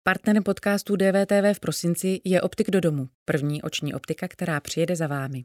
Partnerem podcastu DVTV v prosinci je Optik do domu, první oční optika, která přijede za vámi.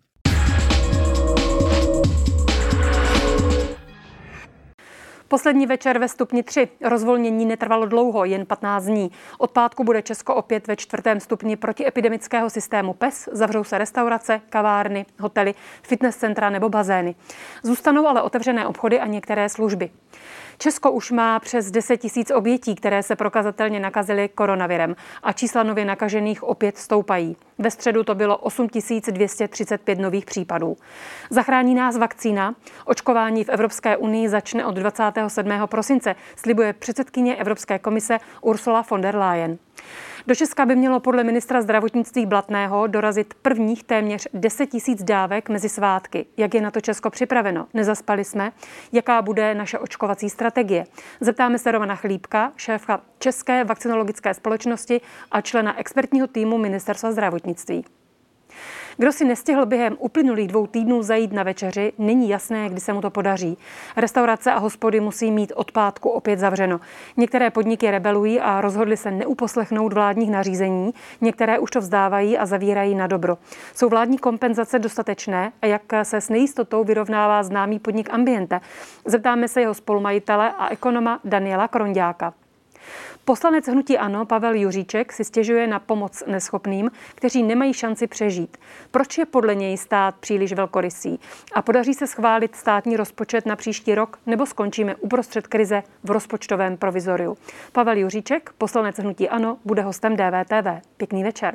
Poslední večer ve stupni 3. Rozvolnění netrvalo dlouho, jen 15 dní. Od pátku bude Česko opět ve 4. stupni protiepidemického systému PES. Zavřou se restaurace, kavárny, hotely, fitness centra nebo bazény. Zůstanou ale otevřené obchody a některé služby. Česko už má přes 10 000 obětí, které se prokazatelně nakazily koronavirem a čísla nově nakažených opět stoupají. Ve středu to bylo 8 235 nových případů. Zachrání nás vakcína. Očkování v Evropské unii začne od 27. prosince, slibuje předsedkyně Evropské komise Ursula von der Leyen. Do Česka by mělo podle ministra zdravotnictví Blatného dorazit prvních téměř 10 000 dávek mezi svátky. Jak je na to Česko připraveno? Nezaspali jsme? Jaká bude naše očkovací strategie? Zeptáme se Romana Chlípka, šéfa České vakcinologické společnosti a člena expertního týmu Ministerstva zdravotnictví. Kdo si nestihl během uplynulých 2 týdnů zajít na večeři, není jasné, kdy se mu to podaří. Restaurace a hospody musí mít od pátku opět zavřeno. Některé podniky rebelují a rozhodly se neuposlechnout vládních nařízení, některé už to vzdávají a zavírají na dobro. Jsou vládní kompenzace dostatečné a jak se s nejistotou vyrovnává známý podnik Ambiente? Zeptáme se jeho spolumajitele a ekonoma Daniela Kronďáka. Poslanec hnutí ANO Pavel Juříček si stěžuje na pomoc neschopným, kteří nemají šanci přežít. Proč je podle něj stát příliš velkorysý? A podaří se schválit státní rozpočet na příští rok, nebo skončíme uprostřed krize v rozpočtovém provizoriu? Pavel Juříček, poslanec hnutí ANO, bude hostem DVTV. Pěkný večer.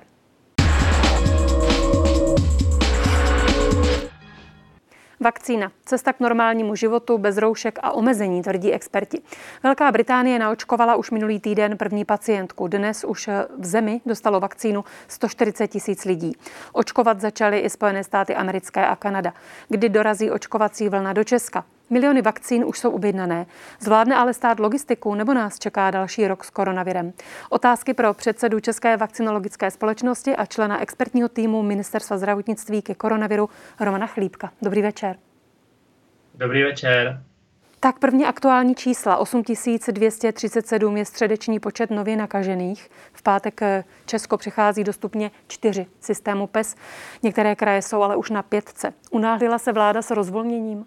Vakcína. Cesta k normálnímu životu bez roušek a omezení, tvrdí experti. Velká Británie naočkovala už minulý týden první pacientku. Dnes už v zemi dostalo vakcínu 140 000 lidí. Očkovat začaly i Spojené státy americké a Kanada. Kdy dorazí očkovací vlna do Česka? Miliony vakcín už jsou objednané. Zvládne ale stát logistiku, nebo nás čeká další rok s koronavirem? Otázky pro předsedu České vakcinologické společnosti a člena expertního týmu Ministerstva zdravotnictví ke koronaviru Romana Chlípka. Dobrý večer. Dobrý večer. Tak první aktuální čísla. 8 237 je středeční počet nově nakažených. V pátek Česko přichází do stupně 4 systému PES. Některé kraje jsou ale už na 5. Unáhlila se vláda s rozvolněním?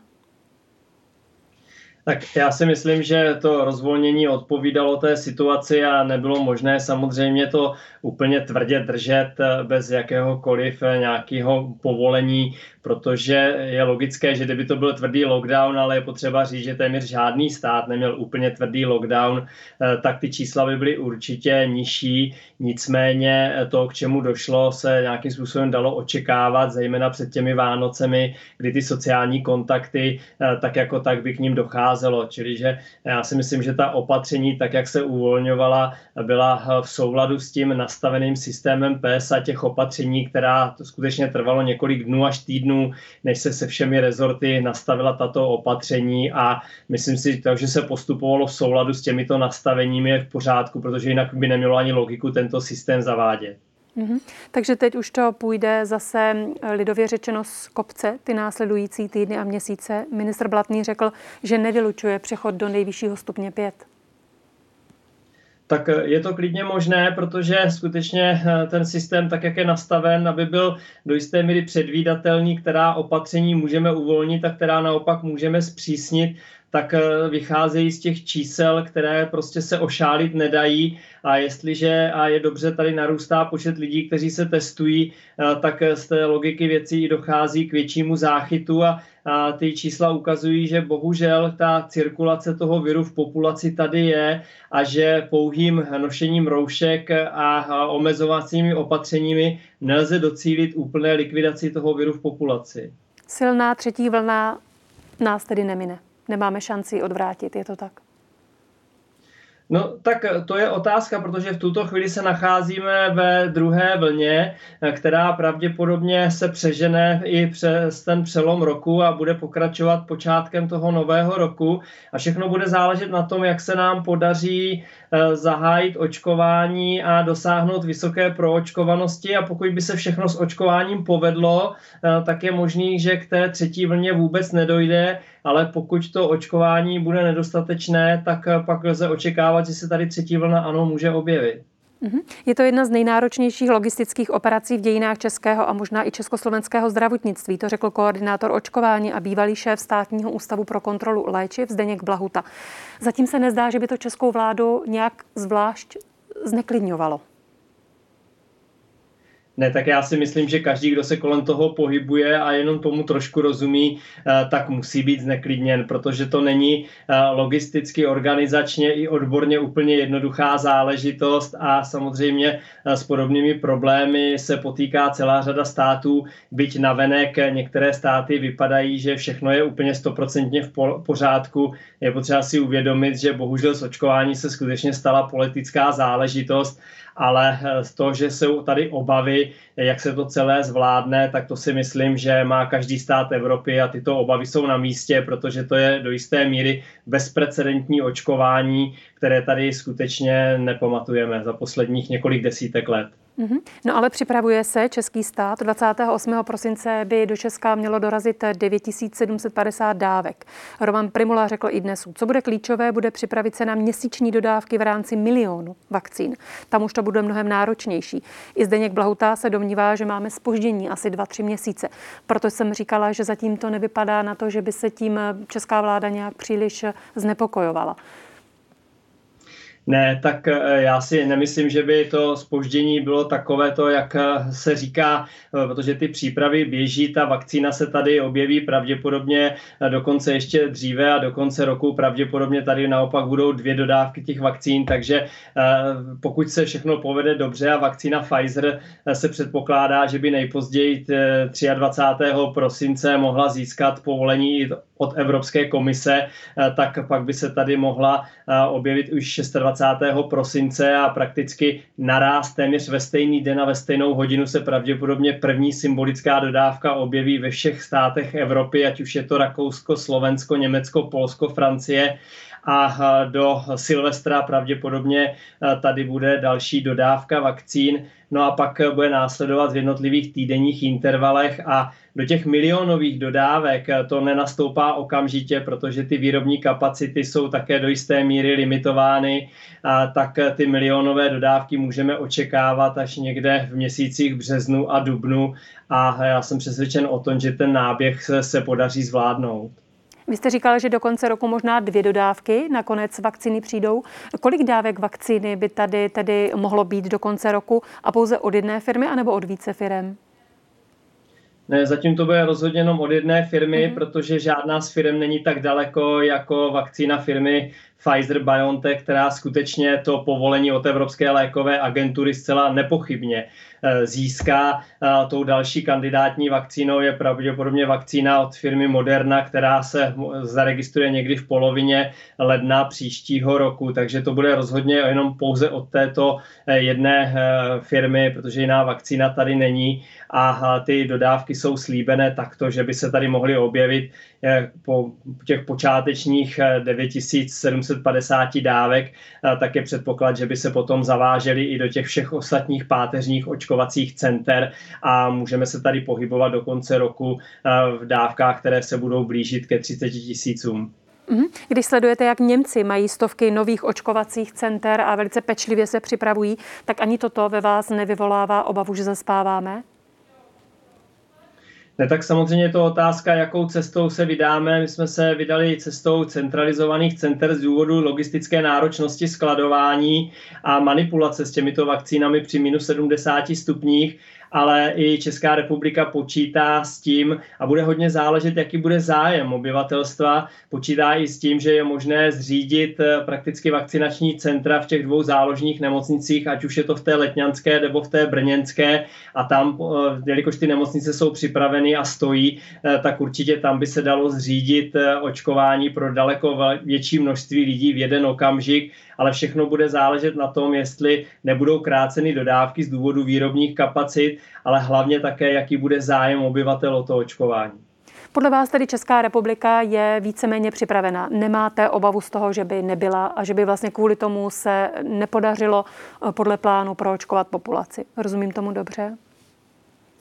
Tak já si myslím, že to rozvolnění odpovídalo té situaci a nebylo možné samozřejmě to úplně tvrdě držet bez jakéhokoliv nějakého povolení, protože je logické, že kdyby to byl tvrdý lockdown, ale je potřeba říct, že téměř žádný stát neměl úplně tvrdý lockdown, tak ty čísla by byly určitě nižší. Nicméně to, k čemu došlo, se nějakým způsobem dalo očekávat, zejména před těmi Vánocemi, kdy ty sociální kontakty tak jako tak by k ním docházelo. Čili že já si myslím, že ta opatření, tak jak se uvolňovala, byla v souladu s tím nastaveným systémem PES a těch opatření, která to skutečně trvalo několik dnů až týdnů, než se všemi rezorty nastavila tato opatření, a myslím si, že se postupovalo v souladu s těmito nastaveními je v pořádku, protože jinak by nemělo ani logiku tento systém zavádět. Takže teď už to půjde zase lidově řečeno z kopce ty následující týdny a měsíce. Ministr Blatný řekl, že nevylučuje přechod do nejvyššího stupně 5. Tak je to klidně možné, protože skutečně ten systém, tak jak je nastaven, aby byl do jisté míry předvídatelný, která opatření můžeme uvolnit a která naopak můžeme zpřísnit, tak vycházejí z těch čísel, které prostě se ošálit nedají, a jestliže a je dobře, tady narůstá počet lidí, kteří se testují, tak z té logiky věcí i dochází k většímu záchytu a ty čísla ukazují, že bohužel ta cirkulace toho viru v populaci tady je a že pouhým nošením roušek a omezovacími opatřeními nelze docílit úplné likvidaci toho viru v populaci. Silná třetí vlna nás tedy nemine. Nemáme šanci odvrátit, je to tak? No tak to je otázka, protože v tuto chvíli se nacházíme ve druhé vlně, která pravděpodobně se přežene i přes ten přelom roku a bude pokračovat počátkem toho nového roku. A všechno bude záležet na tom, jak se nám podaří zahájit očkování a dosáhnout vysoké proočkovanosti. A pokud by se všechno s očkováním povedlo, tak je možný, že k té třetí vlně vůbec nedojde. Ale pokud to očkování bude nedostatečné, tak pak lze očekávat, že se tady třetí vlna ano může objevit. Je to jedna z nejnáročnějších logistických operací v dějinách českého a možná i československého zdravotnictví, to řekl koordinátor očkování a bývalý šéf Státního ústavu pro kontrolu léčiv Zdeněk Blahuta. Zatím se nezdá, že by to českou vládu nějak zvlášť zneklidňovalo. Ne, tak já si myslím, že každý, kdo se kolem toho pohybuje a jenom tomu trošku rozumí, tak musí být zneklidněn, protože to není logisticky, organizačně i odborně úplně jednoduchá záležitost a samozřejmě s podobnými problémy se potýká celá řada států, byť navenek některé státy vypadají, že všechno je úplně 100% v pořádku. Je potřeba si uvědomit, že bohužel z očkování se skutečně stala politická záležitost, ale to, že jsou tady obavy, jak se to celé zvládne, tak to si myslím, že má každý stát Evropy a tyto obavy jsou na místě, protože to je do jisté míry bezprecedentní očkování, které tady skutečně nepamatujeme za posledních několik desítek let. No ale připravuje se český stát. 28. prosince by do Česka mělo dorazit 9750 dávek. Roman Prymula řekl i dnes, co bude klíčové, bude připravit se na měsíční dodávky v rámci 1 000 000 vakcín. Tam už to bude mnohem náročnější. I Zdeněk Blahuta se domnívá, že máme zpoždění asi 2-3 měsíce. Proto jsem říkala, že zatím to nevypadá na to, že by se tím česká vláda nějak příliš znepokojovala. Ne, tak já si nemyslím, že by to zpoždění bylo takovéto, jak se říká, protože ty přípravy běží, ta vakcína se tady objeví pravděpodobně dokonce ještě dříve a do konce roku pravděpodobně tady naopak budou 2 dodávky těch vakcín, takže pokud se všechno povede dobře a vakcína Pfizer se předpokládá, že by nejpozději 23. prosince mohla získat povolení od Evropské komise, tak pak by se tady mohla objevit už 26. prosince a prakticky naráz téměř ve stejný den a ve stejnou hodinu se pravděpodobně první symbolická dodávka objeví ve všech státech Evropy, ať už je to Rakousko, Slovensko, Německo, Polsko, Francie. A do Silvestra pravděpodobně tady bude další dodávka vakcín. No a pak bude následovat v jednotlivých týdenních intervalech a do těch milionových dodávek to nenastoupá okamžitě, protože ty výrobní kapacity jsou také do jisté míry limitovány, tak ty milionové dodávky můžeme očekávat až někde v měsících březnu a dubnu a já jsem přesvědčen o tom, že ten náběh se podaří zvládnout. Vy jste říkal, že do konce roku možná 2 dodávky, nakonec vakcíny přijdou. Kolik dávek vakcíny by tady tedy mohlo být do konce roku a pouze od jedné firmy anebo od více firem? Ne, zatím to bude rozhodně jenom od jedné firmy, protože žádná z firm není tak daleko jako vakcína firmy Pfizer-BioNTech, která skutečně to povolení od Evropské lékové agentury zcela nepochybně získá. Tou další kandidátní vakcínou je pravděpodobně vakcína od firmy Moderna, která se zaregistruje někdy v polovině ledna příštího roku, takže to bude rozhodně jenom pouze od této jedné firmy, protože jiná vakcína tady není a ty dodávky jsou slíbené takto, že by se tady mohly objevit po těch počátečních 9750 dávek, tak je předpoklad, že by se potom zavážely i do těch všech ostatních páteřních očkovacích center a můžeme se tady pohybovat do konce roku v dávkách, které se budou blížit ke 30 000. Když sledujete, jak Němci mají stovky nových očkovacích center a velice pečlivě se připravují, tak ani toto ve vás nevyvolává obavu, že zaspáváme? Ne, tak samozřejmě je to otázka, jakou cestou se vydáme. My jsme se vydali cestou centralizovaných center z důvodu logistické náročnosti skladování a manipulace s těmito vakcínami při minus 70 stupních, ale i Česká republika počítá s tím a bude hodně záležet, jaký bude zájem obyvatelstva. Počítá i s tím, že je možné zřídit prakticky vakcinační centra v těch 2 záložních nemocnicích, ať už je to v té letňanské nebo v té brněnské a tam, jelikož ty nemocnice jsou připraveny a stojí, tak určitě tam by se dalo zřídit očkování pro daleko větší množství lidí v jeden okamžik, ale všechno bude záležet na tom, jestli nebudou kráceny dodávky z důvodu výrobních kapacit, ale hlavně také, jaký bude zájem obyvatel o to očkování. Podle vás tedy Česká republika je víceméně připravena. Nemáte obavu z toho, že by nebyla a že by vlastně kvůli tomu se nepodařilo podle plánu proočkovat populaci? Rozumím tomu dobře?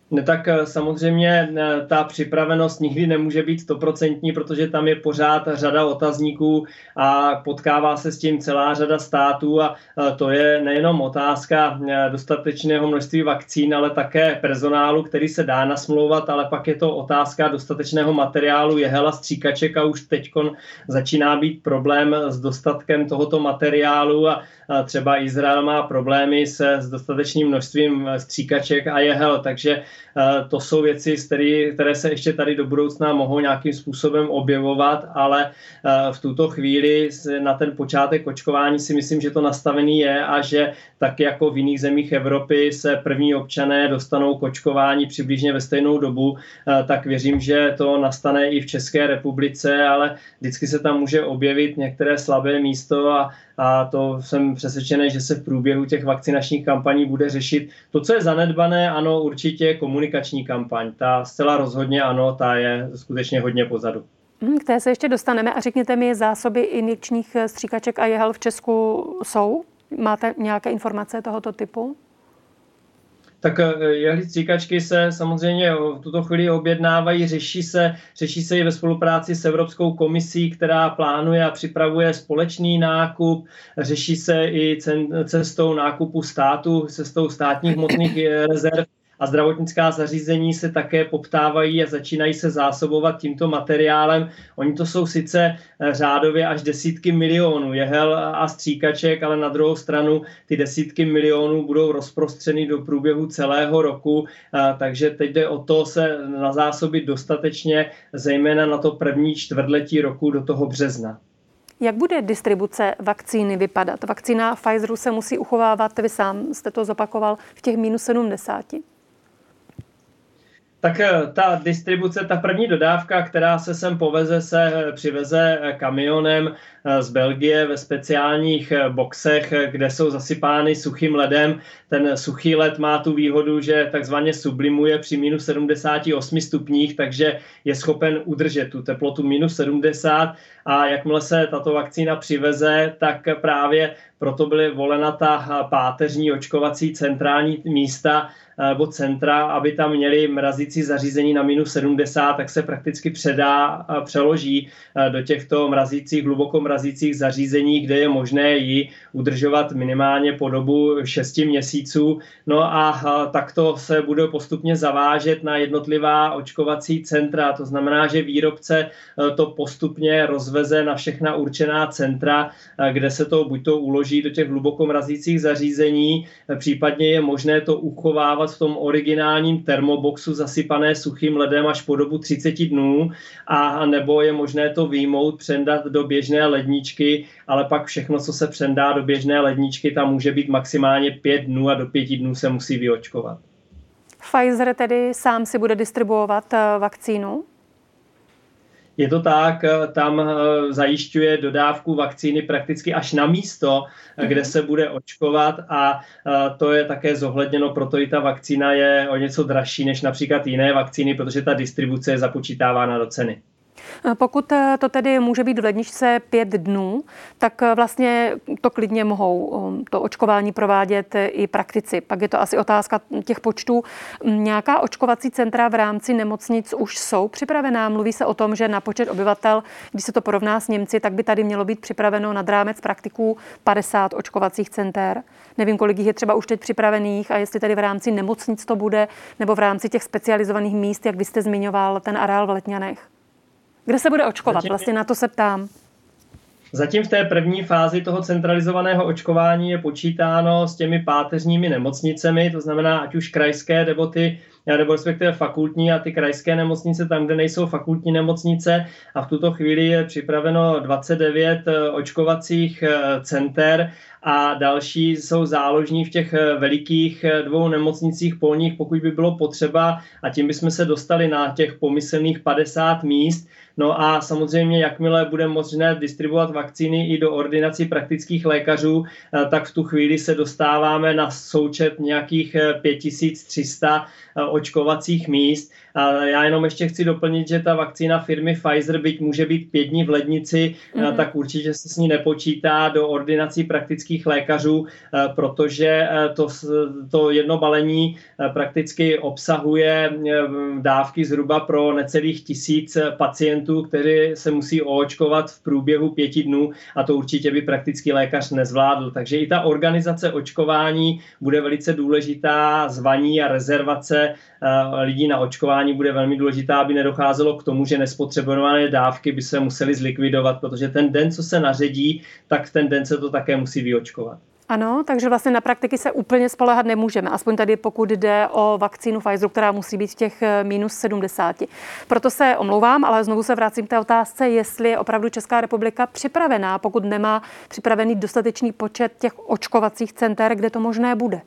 Tak samozřejmě ta připravenost nikdy nemůže být 100%, protože tam je pořád řada otazníků a potkává se s tím celá řada států a to je nejenom otázka dostatečného množství vakcín, ale také personálu, který se dá nasmlouvat, ale pak je to otázka dostatečného materiálu jehel a stříkaček a už teďkon začíná být problém s dostatkem tohoto materiálu a třeba Izrael má problémy s dostatečným množstvím stříkaček a jehel, takže to jsou věci, které se ještě tady do budoucna mohou nějakým způsobem objevovat, ale v tuto chvíli na ten počátek očkování si myslím, že to nastavený je a že tak jako v jiných zemích Evropy se první občané dostanou k očkování přibližně ve stejnou dobu, tak věřím, že to nastane i v České republice, ale vždycky se tam může objevit některé slabé místo a to jsem přesvědčený, že se v průběhu těch vakcinačních kampaní bude řešit. To, co je zanedbané, ano, určitě komunikační kampaň. Ta zcela rozhodně ano, ta je skutečně hodně pozadu. K té se ještě dostaneme a řekněte mi, zásoby injekčních stříkaček a jehel v Česku jsou? Máte nějaké informace tohoto typu? Tak jehly stříkačky se samozřejmě v tuto chvíli objednávají, řeší se i ve spolupráci s Evropskou komisí, která plánuje a připravuje společný nákup, řeší se i cestou nákupu státu, cestou státních hmotných rezerv. A zdravotnická zařízení se také poptávají a začínají se zásobovat tímto materiálem. Oni to jsou sice řádově až desítky milionů jehel a stříkaček, ale na druhou stranu ty desítky milionů budou rozprostřeny do průběhu celého roku, takže teď jde o to se nazásobit dostatečně, zejména na to první čtvrtletí roku do toho března. Jak bude distribuce vakcíny vypadat? Vakcína Pfizeru se musí uchovávat, vy sám jste to zopakoval, v těch -70. Tak ta distribuce, ta první dodávka, která se sem poveze, se přiveze kamionem z Belgie ve speciálních boxech, kde jsou zasypány suchým ledem. Ten suchý led má tu výhodu, že takzvaně sublimuje při -78 stupních, takže je schopen udržet tu teplotu -70 a jakmile se tato vakcína přiveze, tak právě proto byly volena ta páteřní očkovací centrální místa nebo centra, aby tam měli mrazící zařízení na -70, tak se prakticky přeloží do těchto hluboko mrazících zařízení, kde je možné ji udržovat minimálně po dobu 6 měsíců. No a takto se bude postupně zavážet na jednotlivá očkovací centra. To znamená, že výrobce to postupně rozveze na všechna určená centra, kde se to buď to uloží do těch hluboko mrazících zařízení, případně je možné to uchovávat v tom originálním termoboxu zasypané suchým ledem až po dobu 30 dnů, a nebo je možné to vyjmout, přendat do běžné ledničky, ale pak všechno, co se přendá do běžné ledničky, tam může být maximálně 5 dnů a do 5 dnů se musí vyočkovat. Pfizer tedy sám si bude distribuovat vakcínu? Je to tak, tam zajišťuje dodávku vakcíny prakticky až na místo, kde se bude očkovat, a to je také zohledněno, proto i ta vakcína je o něco dražší než například jiné vakcíny, protože ta distribuce je započítávána do ceny. Pokud to tedy může být v ledničce 5 dnů, tak vlastně to klidně mohou to očkování provádět i praktici. Pak je to asi otázka těch počtů. Nějaká očkovací centra v rámci nemocnic už jsou připravená? Mluví se o tom, že na počet obyvatel, když se to porovná s Němci, tak by tady mělo být připraveno nad rámec praktiků 50 očkovacích center. Nevím, kolik jich je třeba už teď připravených a jestli tady v rámci nemocnic to bude, nebo v rámci těch specializovaných míst, jak vy jste zmiňoval, ten areál v Letňanech. Kde se bude očkovat? Vlastně na to se ptám. Zatím v té první fázi toho centralizovaného očkování je počítáno s těmi páteřními nemocnicemi, to znamená ať už krajské nebo respektive fakultní a ty krajské nemocnice, tam, kde nejsou fakultní nemocnice, a v tuto chvíli je připraveno 29 očkovacích center a další jsou záložní v těch velikých 2 nemocnicích polních, pokud by bylo potřeba, a tím bychom se dostali na těch pomyslných 50 míst. No a samozřejmě, jakmile bude možné distribuovat vakcíny i do ordinací praktických lékařů, tak v tu chvíli se dostáváme na součet nějakých 5300 očkovacích míst. A já jenom ještě chci doplnit, že ta vakcína firmy Pfizer, byť může být 5 dní v lednici, tak určitě se s ní nepočítá do ordinací praktických lékařů, protože to jedno balení prakticky obsahuje dávky zhruba pro necelých 1000 pacientů, kteří se musí oočkovat v průběhu 5 dnů a to určitě by praktický lékař nezvládl. Takže i ta organizace očkování bude velice důležitá, zvaní a rezervace lidí na očkování bude velmi důležitá, aby nedocházelo k tomu, že nespotřebované dávky by se musely zlikvidovat, protože ten den, co se naředí, tak ten den se to také musí vyočkovat. Ano, takže vlastně na praktiky se úplně spoléhat nemůžeme, aspoň tady pokud jde o vakcínu Pfizeru, která musí být v těch -70. Proto se omlouvám, ale znovu se vracím k té otázce, jestli je opravdu Česká republika připravená, pokud nemá připravený dostatečný počet těch očkovacích center, kde to možné bude.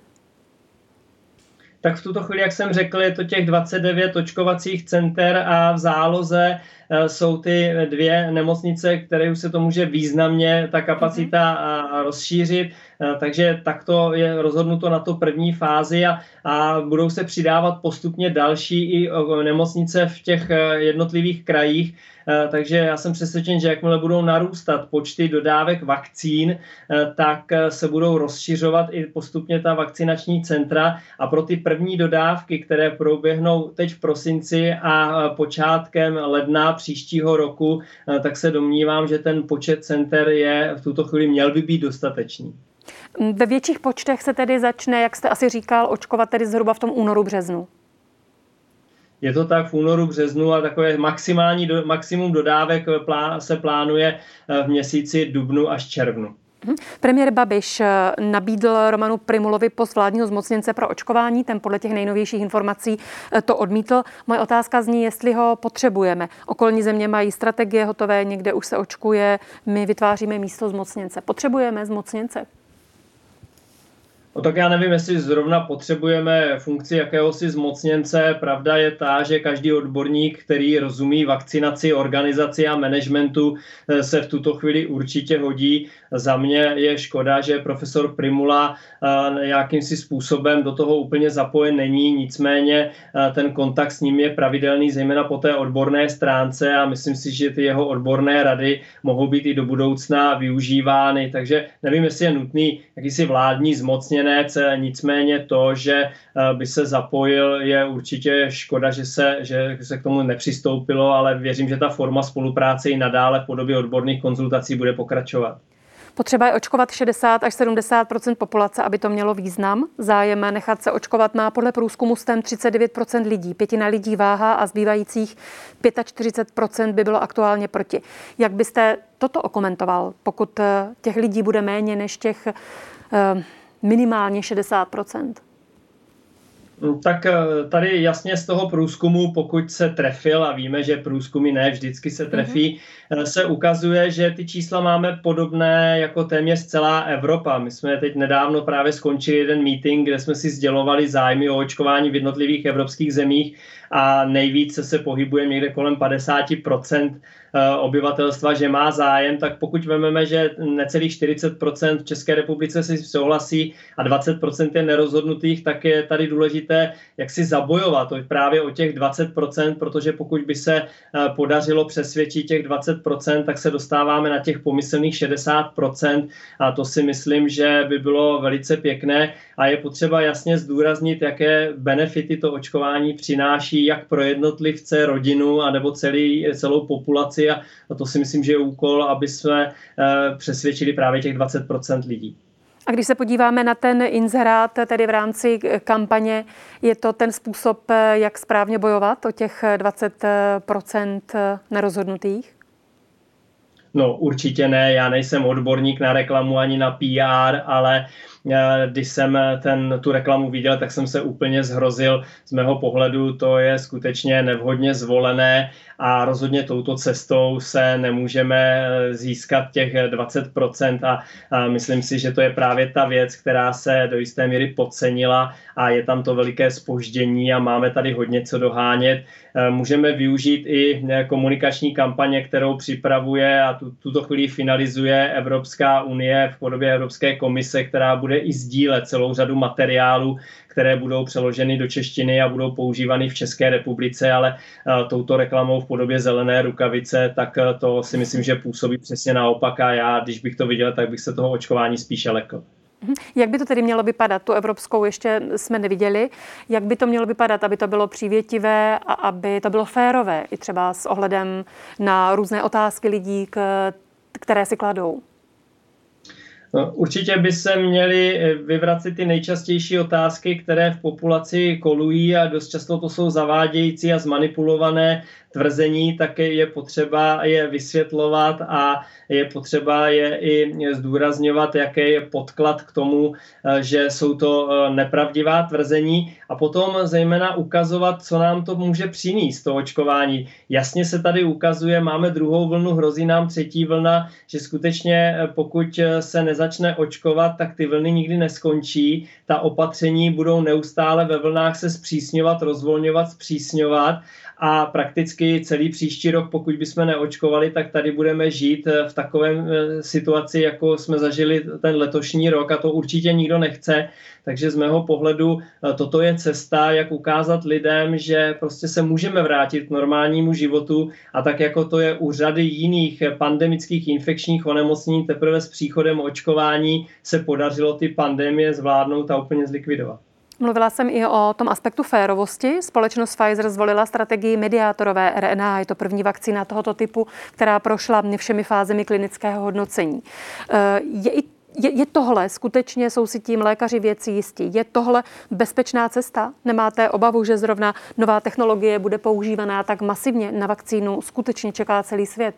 Tak v tuto chvíli, jak jsem řekl, je to těch 29 očkovacích center a v záloze jsou ty 2 nemocnice, které už se to může významně ta kapacita rozšířit. Takže takto je rozhodnuto na to první fázi a budou se přidávat postupně další i nemocnice v těch jednotlivých krajích. Takže já jsem přesvědčen, že jakmile budou narůstat počty dodávek vakcín, tak se budou rozšiřovat i postupně ta vakcinační centra a pro ty první dodávky, které proběhnou teď v prosinci a počátkem ledna příštího roku, tak se domnívám, že ten počet center je v tuto chvíli měl by být dostatečný. Ve větších počtech se tedy začne, jak jste asi říkal, očkovat tedy zhruba v tom únoru, březnu. Je to tak v únoru, březnu a takové maximum dodávek se plánuje v měsíci dubnu až červnu. Premiér Babiš nabídl Romanu Prymulovi post vládního zmocněnce pro očkování, ten podle těch nejnovějších informací to odmítl. Moje otázka zní, jestli ho potřebujeme. Okolní země mají strategie hotové, někde už se očkuje, my vytváříme místo zmocněnce. Potřebujeme zmocněnce? No tak já nevím, jestli zrovna potřebujeme funkci jakéhosi zmocněnce. Pravda je ta, že každý odborník, který rozumí vakcinaci, organizaci a managementu, se v tuto chvíli určitě hodí. Za mě je škoda, že profesor Prymula jakýmsi způsobem do toho úplně zapojen není, nicméně ten kontakt s ním je pravidelný, zejména po té odborné stránce a myslím si, že ty jeho odborné rady mohou být i do budoucna využívány. Takže nevím, jestli je nutný jakýsi vládní zmocněnec, nicméně to, že by se zapojil, je určitě škoda, že se k tomu nepřistoupilo, ale věřím, že ta forma spolupráce i nadále v podobě odborných konzultací bude pokračovat. Potřeba je očkovat 60 až 70% populace, aby to mělo význam. Zájem nechat se očkovat má podle průzkumu STEM 39% lidí. 1/5 lidí váhá a zbývajících 45% by bylo aktuálně proti. Jak byste toto okomentoval, pokud těch lidí bude méně než těch minimálně 60%? Tak tady jasně z toho průzkumu, pokud se trefil, a víme, že průzkumy ne vždycky se trefí, se ukazuje, že ty čísla máme podobné jako téměř celá Evropa. My jsme teď nedávno právě skončili jeden meeting, kde jsme si sdělovali zájmy o očkování v jednotlivých evropských zemích a nejvíce se pohybuje někde kolem 50% obyvatelstva, že má zájem, tak pokud vezmeme, že necelých 40% v České republice si souhlasí a 20% je nerozhodnutých, tak je tady důležité, jak si zabojovat právě o těch 20%, protože pokud by se podařilo přesvědčit těch 20%, tak se dostáváme na těch pomyslných 60% a to si myslím, že by bylo velice pěkné a je potřeba jasně zdůraznit, jaké benefity to očkování přináší jak pro jednotlivce, rodinu, anebo celou populaci a to si myslím, že je úkol, aby jsme přesvědčili právě těch 20% lidí. A když se podíváme na ten inzerát, tedy v rámci kampaně, je to ten způsob, jak správně bojovat o těch 20% nerozhodnutých? No určitě ne, já nejsem odborník na reklamu ani na PR, ale když jsem tu reklamu viděl, tak jsem se úplně zhrozil. Z mého pohledu to je skutečně nevhodně zvolené a rozhodně touto cestou se nemůžeme získat těch 20% a myslím si, že to je právě ta věc, která se do jisté míry podcenila a je tam to veliké zpoždění a máme tady hodně co dohánět. Můžeme využít i komunikační kampaně, kterou připravuje a tuto chvíli finalizuje Evropská unie v podobě Evropské komise, která bude bude i sdílet celou řadu materiálů, které budou přeloženy do češtiny a budou používány v České republice, ale touto reklamou v podobě zelené rukavice, tak to si myslím, že působí přesně naopak a já, když bych to viděl, tak bych se toho očkování spíše lekl. Jak by to tedy mělo vypadat? Tu evropskou ještě jsme neviděli. Jak by to mělo vypadat, aby to bylo přívětivé a aby to bylo férové, i třeba s ohledem na různé otázky lidí, které si kladou? Určitě by se měly vyvracet ty nejčastější otázky, které v populaci kolují a dost často to jsou zavádějící a zmanipulované tvrzení, tak je potřeba je vysvětlovat a je potřeba je i zdůrazňovat, jaký je podklad k tomu, že jsou to nepravdivá tvrzení a potom zejména ukazovat, co nám to může přinést, to očkování. Jasně se tady ukazuje, máme druhou vlnu, hrozí nám třetí vlna, že skutečně pokud se nezačne očkovat, tak ty vlny nikdy neskončí. Ta opatření budou neustále ve vlnách se zpřísňovat, rozvolňovat, zpřísňovat. A prakticky celý příští rok, pokud bychom neočkovali, tak tady budeme žít v takovém situaci, jako jsme zažili ten letošní rok a to určitě nikdo nechce. Takže z mého pohledu toto je cesta, jak ukázat lidem, že prostě se můžeme vrátit k normálnímu životu a tak jako to je u řady jiných pandemických infekčních onemocnění, teprve s příchodem očkování se podařilo ty pandemie zvládnout a úplně zlikvidovat. Mluvila jsem i o tom aspektu férovosti. Společnost Pfizer zvolila strategii mediátorové RNA. Je to první vakcína tohoto typu, která prošla všemi fázemi klinického hodnocení. Je tohle skutečně, jsou si tím lékaři věci jistí? Je tohle bezpečná cesta? Nemáte obavu, že zrovna nová technologie bude používaná tak masivně na vakcínu? Skutečně čeká celý svět?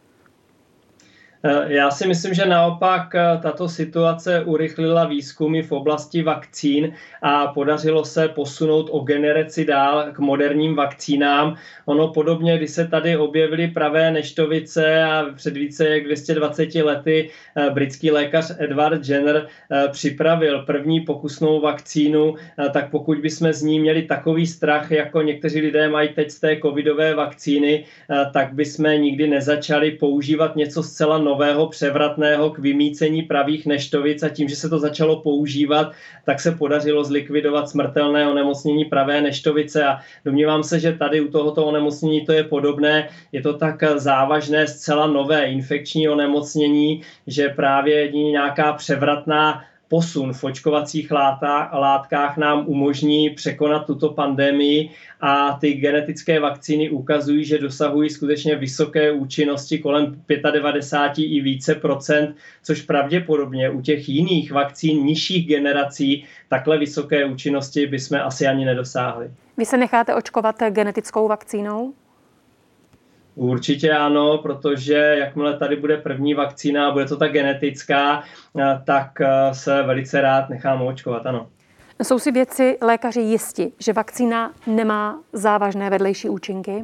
Já si myslím, že naopak tato situace urychlila výzkumy v oblasti vakcín a podařilo se posunout o generaci dál k moderním vakcínám. Ono podobně, když se tady objevily pravé neštovice a před více jak 220 lety britský lékař Edward Jenner připravil první pokusnou vakcínu, tak pokud bychom z ní měli takový strach, jako někteří lidé mají teď z té covidové vakcíny, tak bychom nikdy nezačali používat něco zcela nového, převratného k vymýcení pravých neštovic a tím, že se to začalo používat, tak se podařilo zlikvidovat smrtelné onemocnění pravé neštovice a domnívám se, že tady u tohoto onemocnění to je podobné. Je to tak závažné, zcela nové infekční onemocnění, že právě nějaká převratná posun v očkovacích látkách nám umožní překonat tuto pandemii a ty genetické vakcíny ukazují, že dosahují skutečně vysoké účinnosti kolem 95 i více procent, což pravděpodobně u těch jiných vakcín nižších generací takhle vysoké účinnosti bychom asi ani nedosáhli. Vy se necháte očkovat genetickou vakcínou? Určitě ano, protože jakmile tady bude první vakcína a bude to ta genetická, tak se velice rád nechám očkovat, ano. Jsou si vědci, lékaři jisti, že vakcína nemá závažné vedlejší účinky?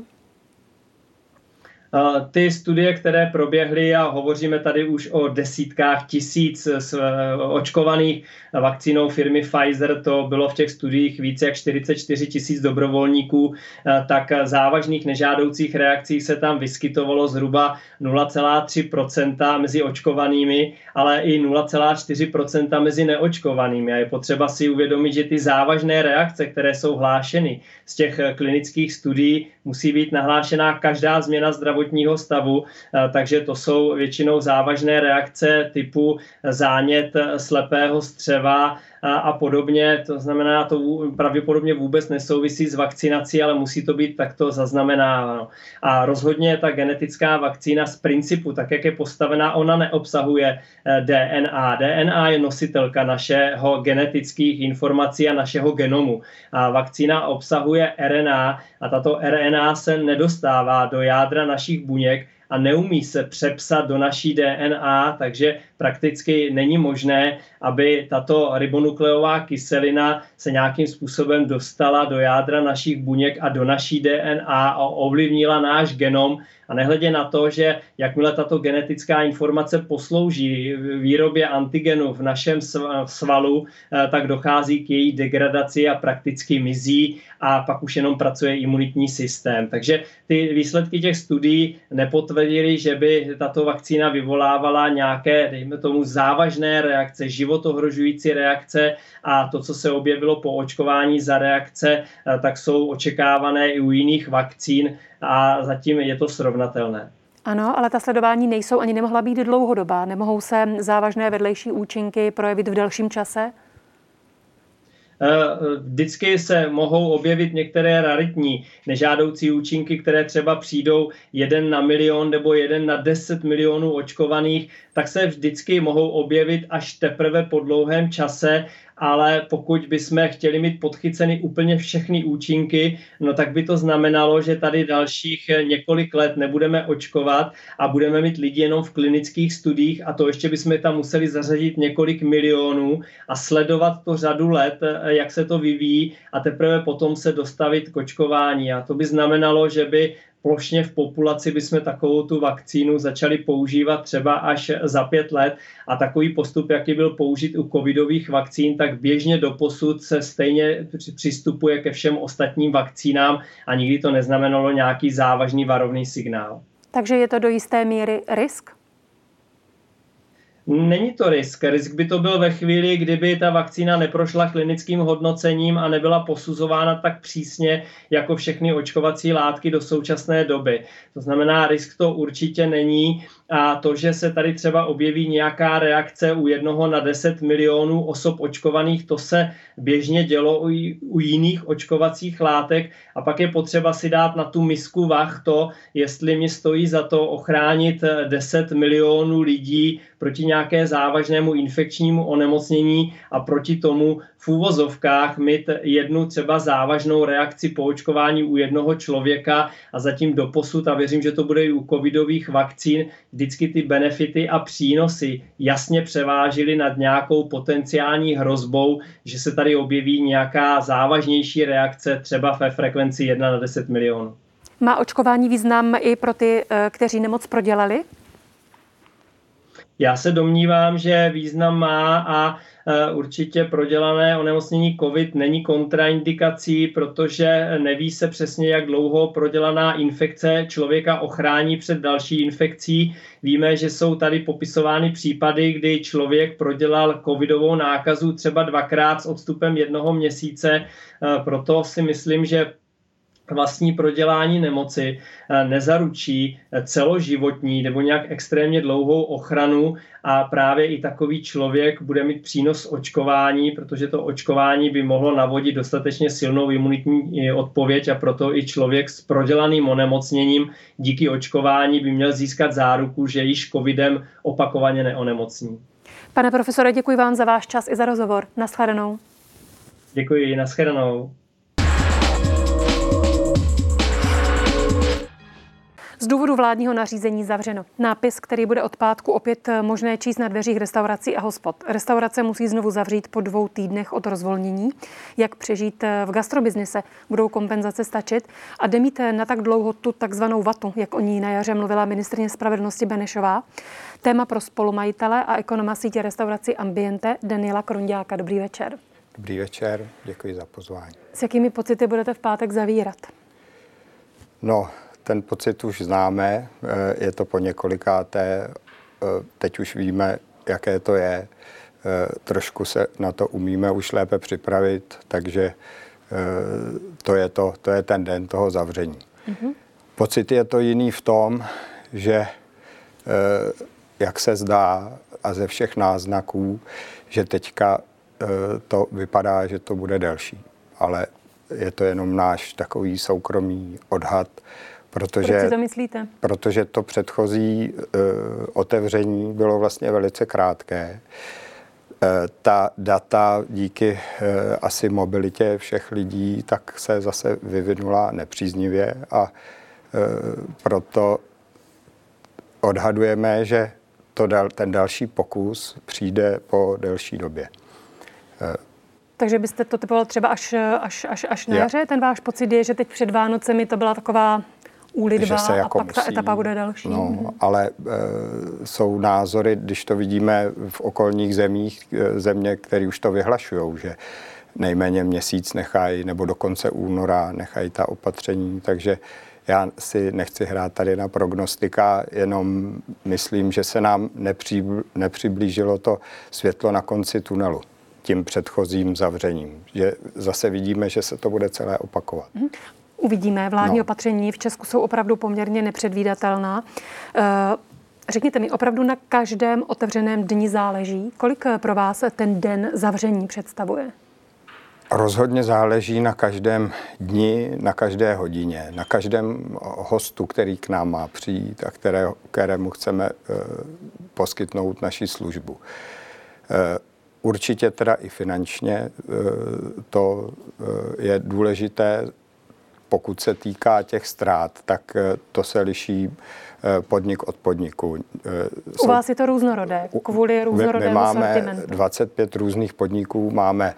Ty studie, které proběhly, a hovoříme tady už o desítkách tisíc očkovaných vakcínou firmy Pfizer, to bylo v těch studiích více jak 44 tisíc dobrovolníků, tak závažných nežádoucích reakcí se tam vyskytovalo zhruba 0,3% mezi očkovanými, ale i 0,4% mezi neočkovanými. A je potřeba si uvědomit, že ty závažné reakce, které jsou hlášeny z těch klinických studií, musí být nahlášená každá změna zdravotního stavu, takže to jsou většinou závažné reakce typu zánět slepého střeva a podobně. To znamená, to pravděpodobně vůbec nesouvisí s vakcinací, ale musí to být takto zaznamenáváno. A rozhodně ta genetická vakcína z principu, tak jak je postavená, ona neobsahuje DNA. DNA je nositelka našeho genetických informací a našeho genomu. A vakcína obsahuje RNA a tato RNA se nedostává do jádra našich buněk a neumí se přepsat do naší DNA, takže prakticky není možné, aby tato ribonukleová kyselina se nějakým způsobem dostala do jádra našich buněk a do naší DNA a ovlivnila náš genom. A nehledě na to, že jakmile tato genetická informace poslouží výrobě antigenu v našem svalu, tak dochází k její degradaci a prakticky mizí a pak už jenom pracuje imunitní systém. Takže ty výsledky těch studií nepotvrdily, že by tato vakcína vyvolávala nějaké dejme tomu, závažné reakce, životohrožující reakce a to, co se objevilo po očkování za reakce, tak jsou očekávané i u jiných vakcín a zatím je to srovnatelné. Ano, ale ta sledování nejsou ani nemohla být dlouhodobá. Nemohou se závažné vedlejší účinky projevit v delším čase? Vždycky se mohou objevit některé raritní nežádoucí účinky, které třeba přijdou 1 na milion nebo 1 na 10 milionů očkovaných, tak se vždycky mohou objevit až teprve po dlouhém čase, ale pokud bychom chtěli mít podchyceny úplně všechny účinky, no tak by to znamenalo, že tady dalších několik let nebudeme očkovat a budeme mít lidi jenom v klinických studiích a to ještě bychom tam museli zařadit několik milionů a sledovat to řadu let, jak se to vyvíjí a teprve potom se dostavit k očkování. A to by znamenalo, že by plošně v populaci bychom takovou tu vakcínu začali používat třeba až za 5 let a takový postup, jaký byl použit u covidových vakcín, tak běžně doposud se stejně přistupuje ke všem ostatním vakcínám a nikdy to neznamenalo nějaký závažný varovný signál. Takže je to do jisté míry risk? Není to risk. Risk by to byl ve chvíli, kdyby ta vakcína neprošla klinickým hodnocením a nebyla posuzována tak přísně jako všechny očkovací látky do současné doby. To znamená, risk to určitě není a to, že se tady třeba objeví nějaká reakce u 1 na 10 milionů osob očkovaných, to se běžně dělo u jiných očkovacích látek a pak je potřeba si dát na tu misku vah to, jestli mi stojí za to ochránit 10 milionů lidí proti nějaké závažnému infekčnímu onemocnění a proti tomu v úvozovkách mít jednu třeba závažnou reakci po očkování u jednoho člověka a zatím doposud, a věřím, že to bude i u covidových vakcín, vždycky ty benefity a přínosy jasně převážily nad nějakou potenciální hrozbou, že se tady objeví nějaká závažnější reakce třeba ve frekvenci 1 na 10 milionů. Má očkování význam i pro ty, kteří nemoc prodělali? Já se domnívám, že význam má a určitě prodělané onemocnění COVID není kontraindikací, protože neví se přesně, jak dlouho prodělaná infekce člověka ochrání před další infekcí. Víme, že jsou tady popisovány případy, kdy člověk prodělal covidovou nákazu třeba 2krát s odstupem 1 měsíce. Proto si myslím, že vlastní prodělání nemoci nezaručí celoživotní nebo nějak extrémně dlouhou ochranu a právě i takový člověk bude mít přínos očkování, protože to očkování by mohlo navodit dostatečně silnou imunitní odpověď a proto i člověk s prodělaným onemocněním díky očkování by měl získat záruku, že již covidem opakovaně neonemocní. Pane profesore, děkuji vám za váš čas i za rozhovor. Nashledanou. Děkuji, nashledanou. Z důvodu vládního nařízení zavřeno. Nápis, který bude od pátku opět možné číst na dveřích restaurací a hospod. Restaurace musí znovu zavřít po 2 týdnech od rozvolnění. Jak přežít v gastrobiznise? Budou kompenzace stačit? A jde mít na tak dlouho tu takzvanou vatu, jak o ní na jaře mluvila ministryně spravedlnosti Benešová? Téma pro spolumajitele a ekonoma sítě restaurací Ambiente Daniela Kronďáka. Dobrý večer. Dobrý večer, děkuji za pozvání. S jakými pocity budete v pátek zavírat? No, ten pocit už známe, je to po několikáté, teď už víme, jaké to je, trošku se na to umíme už lépe připravit, takže to je ten den toho zavření. Mm-hmm. Pocit je to jiný v tom, že jak se zdá a ze všech náznaků, že teďka to vypadá, že to bude delší, ale je to jenom náš takový soukromý odhad, Proč si to myslíte? Protože to předchozí otevření bylo vlastně velice krátké. Ta data díky asi mobilitě všech lidí tak se zase vyvinula nepříznivě a proto odhadujeme, že ten další pokus přijde po delší době. Takže byste to typoval třeba až na jaře? Ten váš pocit je, že teď před Vánocemi to byla taková úlitba a pak ta etapa bude další. No, ale jsou názory, když to vidíme v okolních zemích, země, které už to vyhlašují, že nejméně měsíc nechají, nebo do konce února nechají ta opatření, takže Já si nechci hrát tady na prognostika, jenom myslím, že se nám nepřiblížilo to světlo na konci tunelu tím předchozím zavřením. Že zase vidíme, že se to bude celé opakovat. Uvidíme. Vládní opatření v Česku jsou opravdu poměrně nepředvídatelná. Řekněte mi, opravdu na každém otevřeném dni záleží? Kolik pro vás ten den zavření představuje? Rozhodně záleží na každém dni, na každé hodině, na každém hostu, který k nám má přijít a kterému chceme poskytnout naši službu. Určitě teda i finančně to je důležité. Pokud se týká těch ztrát, tak to se liší podnik od podniku. U vás je to různorodé, kvůli různorodému sortimentu. My máme 25 různých podniků, máme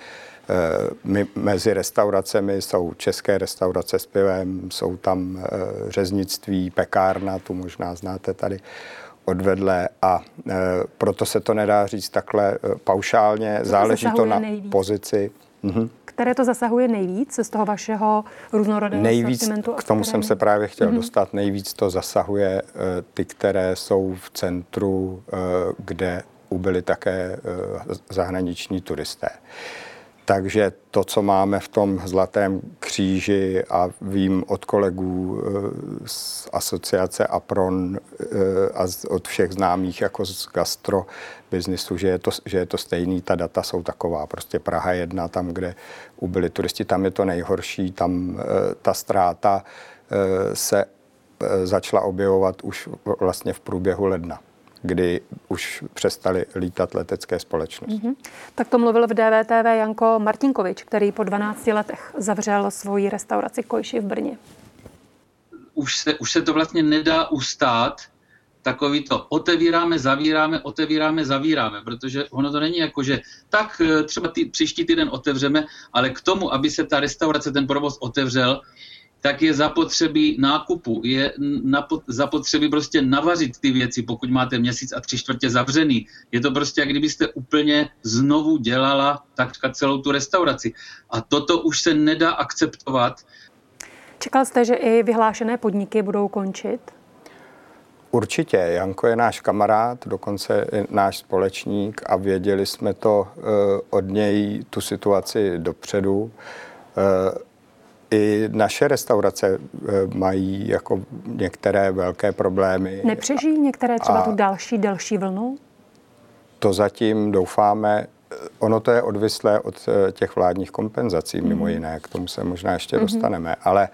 mezi restauracemi jsou české restaurace s pivem, jsou tam řeznictví, pekárna, tu možná znáte tady odvedle a proto se to nedá říct takhle paušálně, záleží to na pozici. Které to zasahuje nejvíc z toho vašeho různorodého sortimentu? K tomu jsem se právě chtěl dostat. Nejvíc to zasahuje ty, které jsou v centru, kde ubyli také zahraniční turisté. Takže to, co máme v tom Zlatém kříži a vím od kolegů z asociace Apron a od všech známých jako z gastrobiznisu, že je to stejný, ta data jsou taková. Prostě Praha 1, tam, kde ubyli turisti, tam je to nejhorší, tam ta ztráta se začala objevovat už vlastně v průběhu ledna, kdy už přestali lítat letecké společnosti. Tak to mluvil v DVTV Janko Martinkovič, který po 12 letech zavřel svoji restauraci Kojši v Brně. Už se to vlastně nedá ustát, takový to otevíráme, zavíráme, protože ono to není jako, že tak třeba příští týden otevřeme, ale k tomu, aby se ta restaurace, ten provoz otevřel, tak je zapotřebí nákupu, je zapotřebí prostě navařit ty věci, pokud máte měsíc a 3/4 zavřený. Je to prostě, jak kdybyste úplně znovu dělala takřka celou tu restauraci. A toto už se nedá akceptovat. Čekal jste, že i vyhlášené podniky budou končit? Určitě. Janko je náš kamarád, dokonce je náš společník a věděli jsme to od něj, tu situaci dopředu. I naše restaurace mají jako některé velké problémy. Nepřežijí některé třeba tu delší vlnu? To zatím doufáme. Ono to je odvislé od těch vládních kompenzací, mimo jiné. K tomu se možná ještě dostaneme. Ale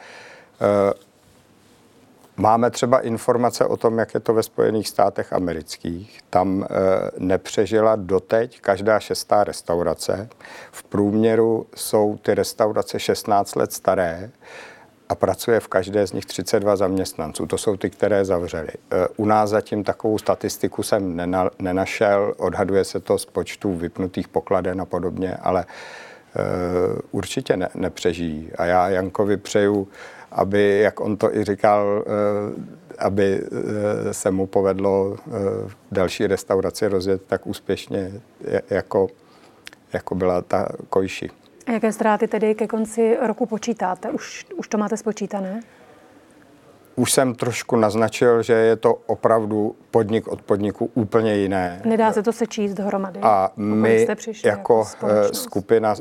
máme třeba informace o tom, jak je to ve Spojených státech amerických. Tam nepřežila doteď každá 6. restaurace. V průměru jsou ty restaurace 16 let staré a pracuje v každé z nich 32 zaměstnanců. To jsou ty, které zavřely. U nás zatím takovou statistiku jsem nenašel. Odhaduje se to z počtu vypnutých pokladen a podobně, ale určitě nepřežijí. A já Jankovi přeju, aby, jak on to i říkal, aby se mu povedlo další restauraci rozjet tak úspěšně, jako byla ta Kojši. A jaké ztráty tedy ke konci roku počítáte? Už to máte spočítané? Už jsem trošku naznačil, že je to opravdu podnik od podniku úplně jiné. Nedá se to sečíst dohromady? A my jako skupina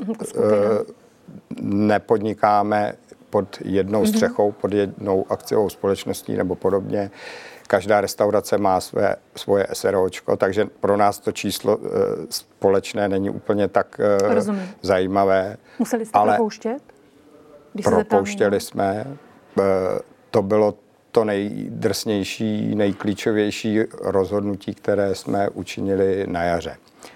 nepodnikáme pod jednou střechou, pod jednou akciovou společností nebo podobně. Každá restaurace má svoje SROčko, takže pro nás to číslo společné není úplně tak zajímavé. Museli jste propouštět? Propouštěli jsme. To bylo to nejdrsnější, nejklíčovější rozhodnutí, které jsme učinili na jaře.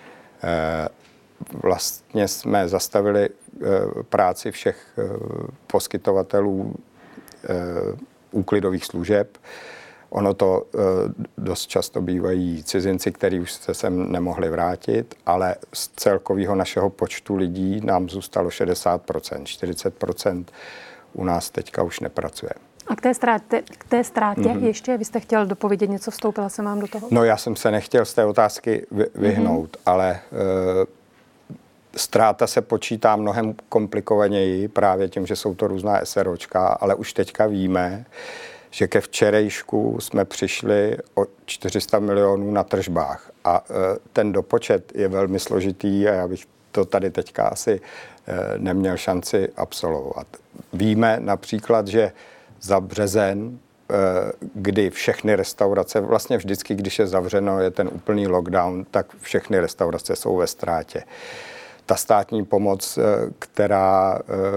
Vlastně jsme zastavili práci všech poskytovatelů úklidových služeb. Ono to dost často bývají cizinci, kteří už se sem nemohli vrátit, ale z celkového našeho počtu lidí nám zůstalo 60%. 40% u nás teďka už nepracuje. A k té ztrátě ještě, vy jste chtěl dopovědět něco, vstoupila jsem vám do toho? No já jsem se nechtěl z té otázky vyhnout, ale Ztráta se počítá mnohem komplikovaněji právě tím, že jsou to různá SROčka, ale už teďka víme, že ke včerejšku jsme přišli o 400 milionů na tržbách a ten dopočet je velmi složitý a já bych to tady teďka asi neměl šanci absolvovat. Víme například, že za březen, kdy všechny restaurace, vlastně vždycky, když je zavřeno, je ten úplný lockdown, tak všechny restaurace jsou ve ztrátě. Ta státní pomoc, která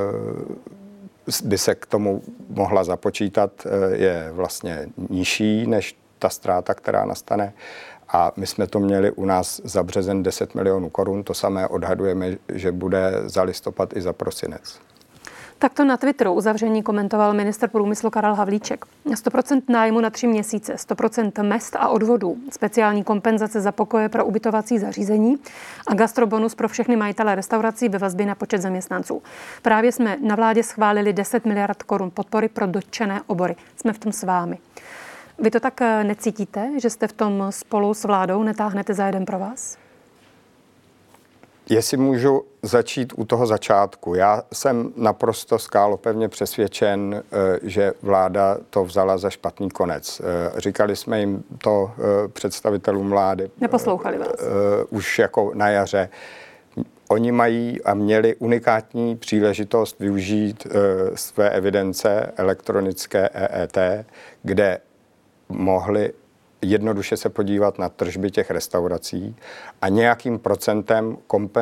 by se k tomu mohla započítat, je vlastně nižší než ta ztráta, která nastane. A my jsme to měli u nás za březen 10 milionů korun, to samé odhadujeme, že bude za listopad i za prosinec. Takto na Twitteru uzavření komentoval ministr průmyslu Karel Havlíček. 100% nájmu na 3 měsíce, 100% mezd a odvodů, speciální kompenzace za pokoje pro ubytovací zařízení a gastrobonus pro všechny majitele restaurací ve vazbě na počet zaměstnanců. Právě jsme na vládě schválili 10 miliard korun podpory pro dotčené obory. Jsme v tom s vámi. Vy to tak necítíte, že jste v tom spolu s vládou, netáhnete za jeden pro vás? Jestli můžu začít u toho začátku. Já jsem naprosto skálopevně přesvědčen, že vláda to vzala za špatný konec. Říkali jsme jim to představitelům vlády. Neposlouchali vás. Už jako na jaře. Oni mají a měli unikátní příležitost využít své evidence elektronické EET, kde mohli jednoduše se podívat na tržby těch restaurací a nějakým procentem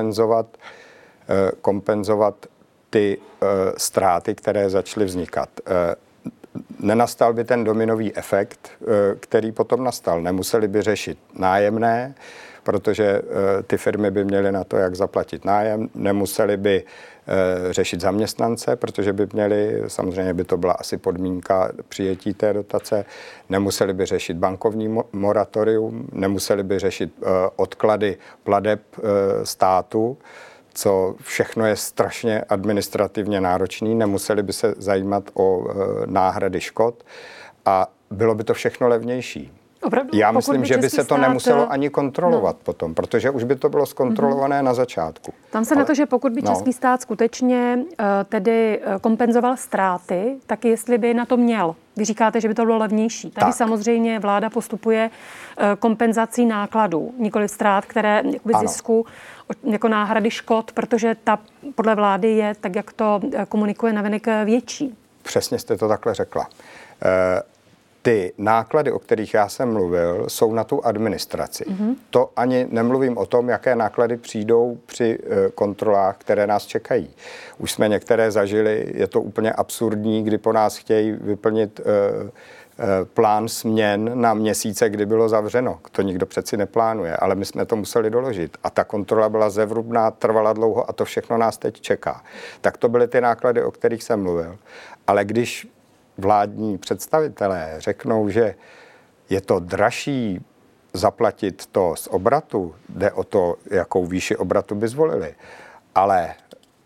kompenzovat ty ztráty, které začaly vznikat. Nenastal by ten dominový efekt, který potom nastal. Nemuseli by řešit nájemné, protože ty firmy by měly na to, jak zaplatit nájem. Nemuseli by řešit zaměstnance, protože by měli, samozřejmě by to byla asi podmínka přijetí té dotace. Nemuseli by řešit bankovní moratorium, nemuseli by řešit odklady plateb státu, co všechno je strašně administrativně náročný. Nemuseli by se zajímat o náhrady škod a bylo by to všechno levnější. Opravdu? Já myslím, že by se to nemuselo ani kontrolovat potom, protože už by to bylo zkontrolované na začátku. Tam se na to, že pokud by český stát skutečně tedy kompenzoval ztráty, tak jestli by na to měl. Vy říkáte, že by to bylo levnější. Tady samozřejmě vláda postupuje kompenzací nákladů, nikoli ztrát, které jakoby zisku jako náhrady škod, protože ta podle vlády je, tak jak to komunikuje navenek, větší. Přesně jste to takhle řekla. Ty náklady, o kterých já jsem mluvil, jsou na tu administraci. To ani nemluvím o tom, jaké náklady přijdou při kontrolách, které nás čekají. Už jsme některé zažili, je to úplně absurdní, kdy po nás chtějí vyplnit plán směn na měsíce, kdy bylo zavřeno. To nikdo přeci neplánuje, ale my jsme to museli doložit. A ta kontrola byla zevrubná, trvala dlouho a to všechno nás teď čeká. Tak to byly ty náklady, o kterých jsem mluvil. Ale když vládní představitelé řeknou, že je to dražší zaplatit to z obratu, jde o to, jakou výši obratu by zvolili. Ale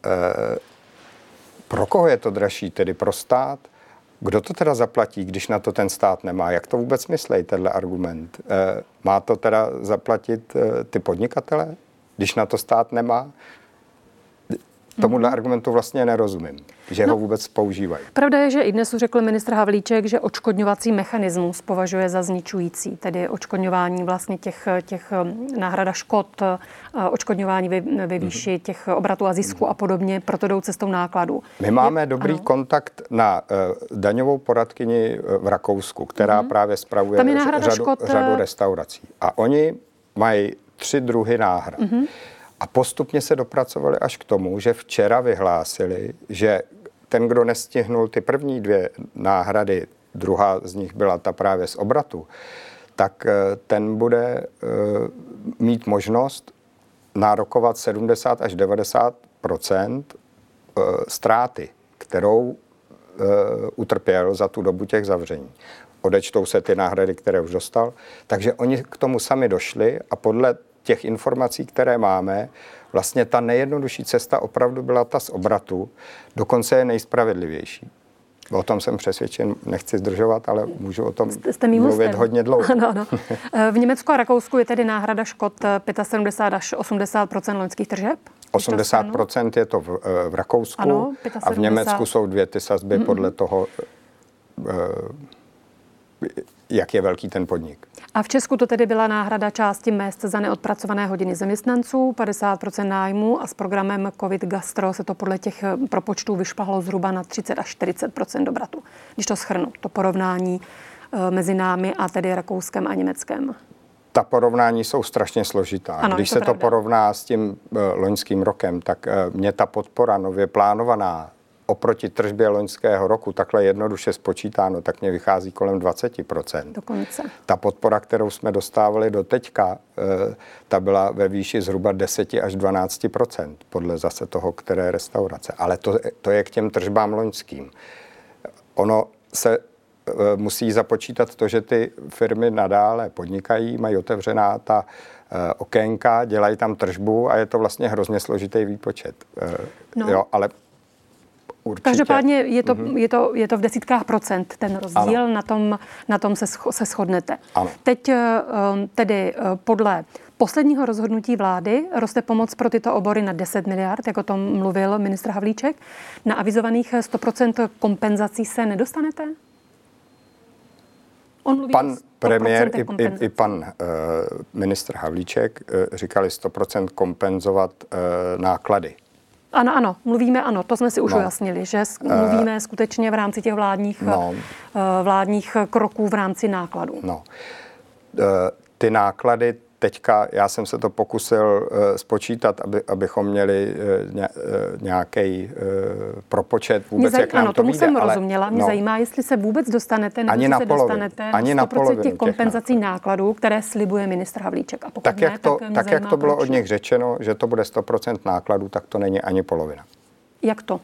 pro koho je to dražší, tedy pro stát? Kdo to teda zaplatí, když na to ten stát nemá? Jak to vůbec myslí, tenhle argument? Má to teda zaplatit ty podnikatele, když na to stát nemá? Tomuhle argumentu vlastně nerozumím, že ho vůbec používají. Pravda je, že i dnes řekl ministr Havlíček, že odškodňovací mechanismus považuje za zničující, tedy odškodňování vlastně těch náhrada škod, odškodňování ve výši těch obratů a zisku a podobně, proto jdou cestou nákladů. My máme dobrý kontakt na daňovou poradkyni v Rakousku, která právě spravuje řadu restaurací. A oni mají 3 druhy náhrad. A postupně se dopracovali až k tomu, že včera vyhlásili, že ten, kdo nestihnul ty první 2 náhrady, druhá z nich byla ta právě z obratu, tak ten bude mít možnost nárokovat 70 až 90% ztráty, kterou utrpěl za tu dobu těch zavření. Odečtou se ty náhrady, které už dostal. Takže oni k tomu sami došli a podle těch informací, které máme, vlastně ta nejjednodušší cesta opravdu byla ta z obratu, dokonce je nejspravedlivější. O tom jsem přesvědčen, nechci zdržovat, ale můžu o tom mluvit hodně dlouho. Ano. V Německu a Rakousku je tedy náhrada škod 75 až 80% loňských tržeb? 80% je to v Rakousku, ano, a v Německu jsou dvě ty sazby podle toho, jak je velký ten podnik. A v Česku to tedy byla náhrada části mezd za neodpracované hodiny zaměstnanců, 50% nájmu a s programem COVID Gastro se to podle těch propočtů vyšplhalo zhruba na 30 až 40% obratu. Když to shrnu, to porovnání mezi námi a tedy Rakouskem a Německem. Ta porovnání jsou strašně složitá. Ano, když se to porovná s tím loňským rokem, tak mě ta podpora nově plánovaná oproti tržbě loňského roku, takhle jednoduše spočítáno, tak mě vychází kolem 20%. Dokonce. Ta podpora, kterou jsme dostávali do teďka, ta byla ve výši zhruba 10 až 12%, podle zase toho, které restaurace. Ale to je k těm tržbám loňským. Ono se musí započítat to, že ty firmy nadále podnikají, mají otevřená ta okénka, dělají tam tržbu a je to vlastně hrozně složitý výpočet. Jo, ale určitě. Každopádně je to v desítkách procent ten rozdíl, na tom se shodnete. Ano. Teď tedy podle posledního rozhodnutí vlády roste pomoc pro tyto obory na 10 miliard, jak o tom mluvil ministr Havlíček. Na avizovaných 100% kompenzací se nedostanete? Pan premiér i pan ministr Havlíček říkali 100% kompenzovat náklady. Ano, mluvíme, to jsme si už ujasnili, že mluvíme skutečně v rámci těch vládních kroků v rámci nákladů. Ty náklady teďka, já jsem se to pokusil spočítat, abychom měli nějaký propočet vůbec, jak nám to vyjde. Tomu jsem rozuměla. Mě zajímá, jestli se vůbec dostanete, nebo se dostanete na 100% těch kompenzací nákladů, které slibuje ministr Havlíček. A pokud tak jak to bylo od nich řečeno, že to bude 100% nákladů, tak to není ani polovina. Jak to?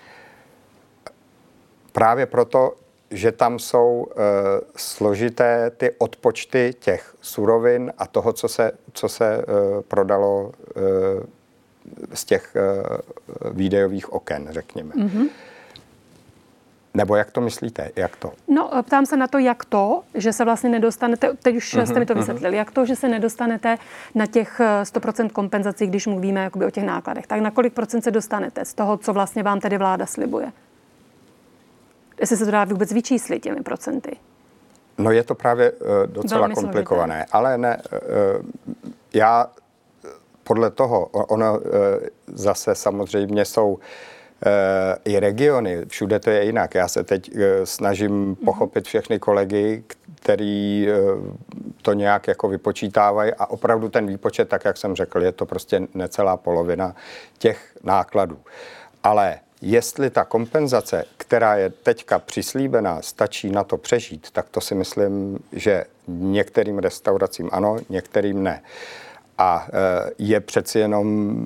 Právě proto, že tam jsou složité ty odpočty těch surovin a toho, co se prodalo z těch výdejových oken, řekněme. Mm-hmm. Nebo jak to myslíte? Jak to? Ptám se na to, jak to, že se vlastně nedostanete, teď už jste mi to vysvětlili, jak to, že se nedostanete na těch 100% kompenzací, když mluvíme jakoby o těch nákladech. Tak na kolik procent se dostanete z toho, co vlastně vám tedy vláda slibuje? Jestli se to dá vůbec vyčíslit těmi procenty? Je to právě docela komplikované, ale ne, já podle toho, ono zase samozřejmě jsou i regiony, všude to je jinak. Já se teď snažím pochopit všechny kolegy, který to nějak jako vypočítávají a opravdu ten výpočet, tak jak jsem řekl, je to prostě necelá polovina těch nákladů. Ale jestli ta kompenzace, která je teďka přislíbená, stačí na to přežít, tak to si myslím, že některým restauracím ano, některým ne. A je přeci jenom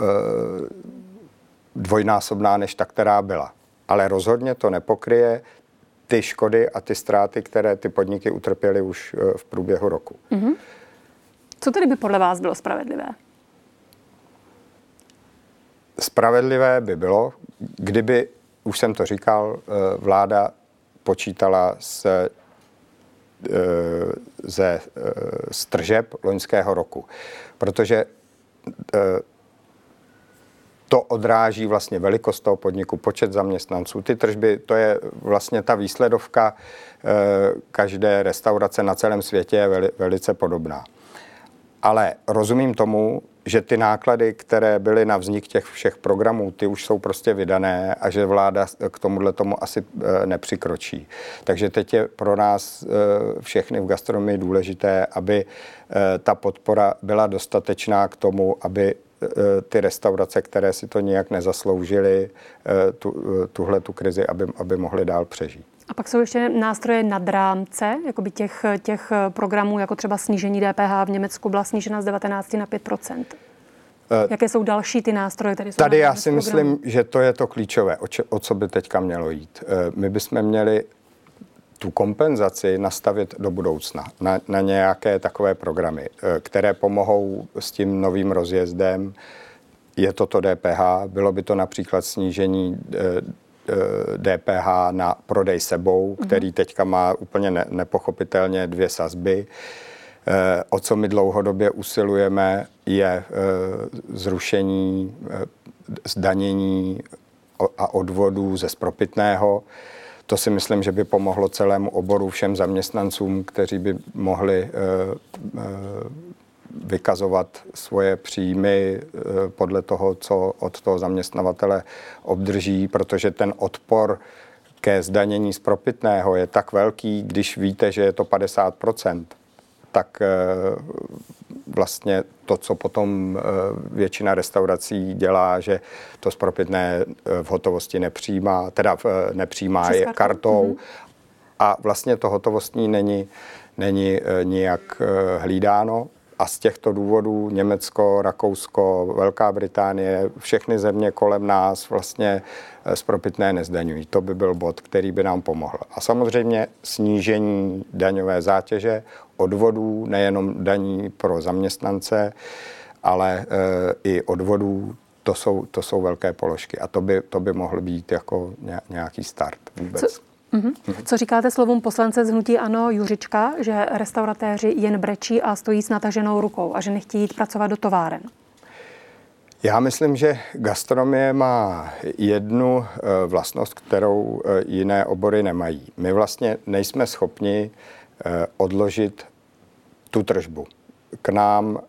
dvojnásobná než ta, která byla. Ale rozhodně to nepokryje ty škody a ty ztráty, které ty podniky utrpěly už v průběhu roku. Mm-hmm. Co tedy by podle vás bylo spravedlivé? Spravedlivé by bylo, kdyby, už jsem to říkal, vláda počítala z tržeb loňského roku. Protože to odráží vlastně velikost toho podniku, počet zaměstnanců. Ty tržby, to je vlastně ta výsledovka každé restaurace na celém světě je velice podobná. Ale rozumím tomu, že ty náklady, které byly na vznik těch všech programů, ty už jsou prostě vydané a že vláda k tomu asi nepřikročí. Takže teď je pro nás všechny v gastronomii důležité, aby ta podpora byla dostatečná k tomu, aby ty restaurace, které si to nijak nezasloužily, tuhletu krizi, aby mohly dál přežít. A pak jsou ještě nástroje nad rámce, jakoby těch programů, jako třeba snížení DPH v Německu byla snížena z 19 na 5%. Jaké jsou další ty nástroje, které jsou tady já si myslím, že to je to klíčové, o co by teďka mělo jít. My bychom měli tu kompenzaci nastavit do budoucna na nějaké takové programy, které pomohou s tím novým rozjezdem. Je to DPH, bylo by to například snížení DPH na prodej sebou, který teďka má úplně nepochopitelně 2 sazby. O co my dlouhodobě usilujeme, je zrušení zdanění a odvodů ze spropitného. To si myslím, že by pomohlo celému oboru, všem zaměstnancům, kteří by mohli vykazovat svoje příjmy podle toho, co od toho zaměstnavatele obdrží, protože ten odpor ke zdanění spropitného je tak velký, když víte, že je to 50%, tak vlastně to, co potom většina restaurací dělá, že to spropitné v hotovosti nepřijímá, nepřijímá je kartou a vlastně to hotovostní není nijak hlídáno. A z těchto důvodů Německo, Rakousko, Velká Británie, všechny země kolem nás vlastně spropitné nezdaňují. To by byl bod, který by nám pomohl. A samozřejmě snížení daňové zátěže, odvodů, nejenom daní pro zaměstnance, ale i odvodů, to jsou velké položky. A to by mohl být jako nějaký start vůbec. Co říkáte slovům poslance z hnutí ANO Juřička, že restauratéři jen brečí a stojí s nataženou rukou a že nechtějí jít pracovat do továren? Já myslím, že gastronomie má jednu vlastnost, kterou jiné obory nemají. My vlastně nejsme schopni odložit tu tržbu. K nám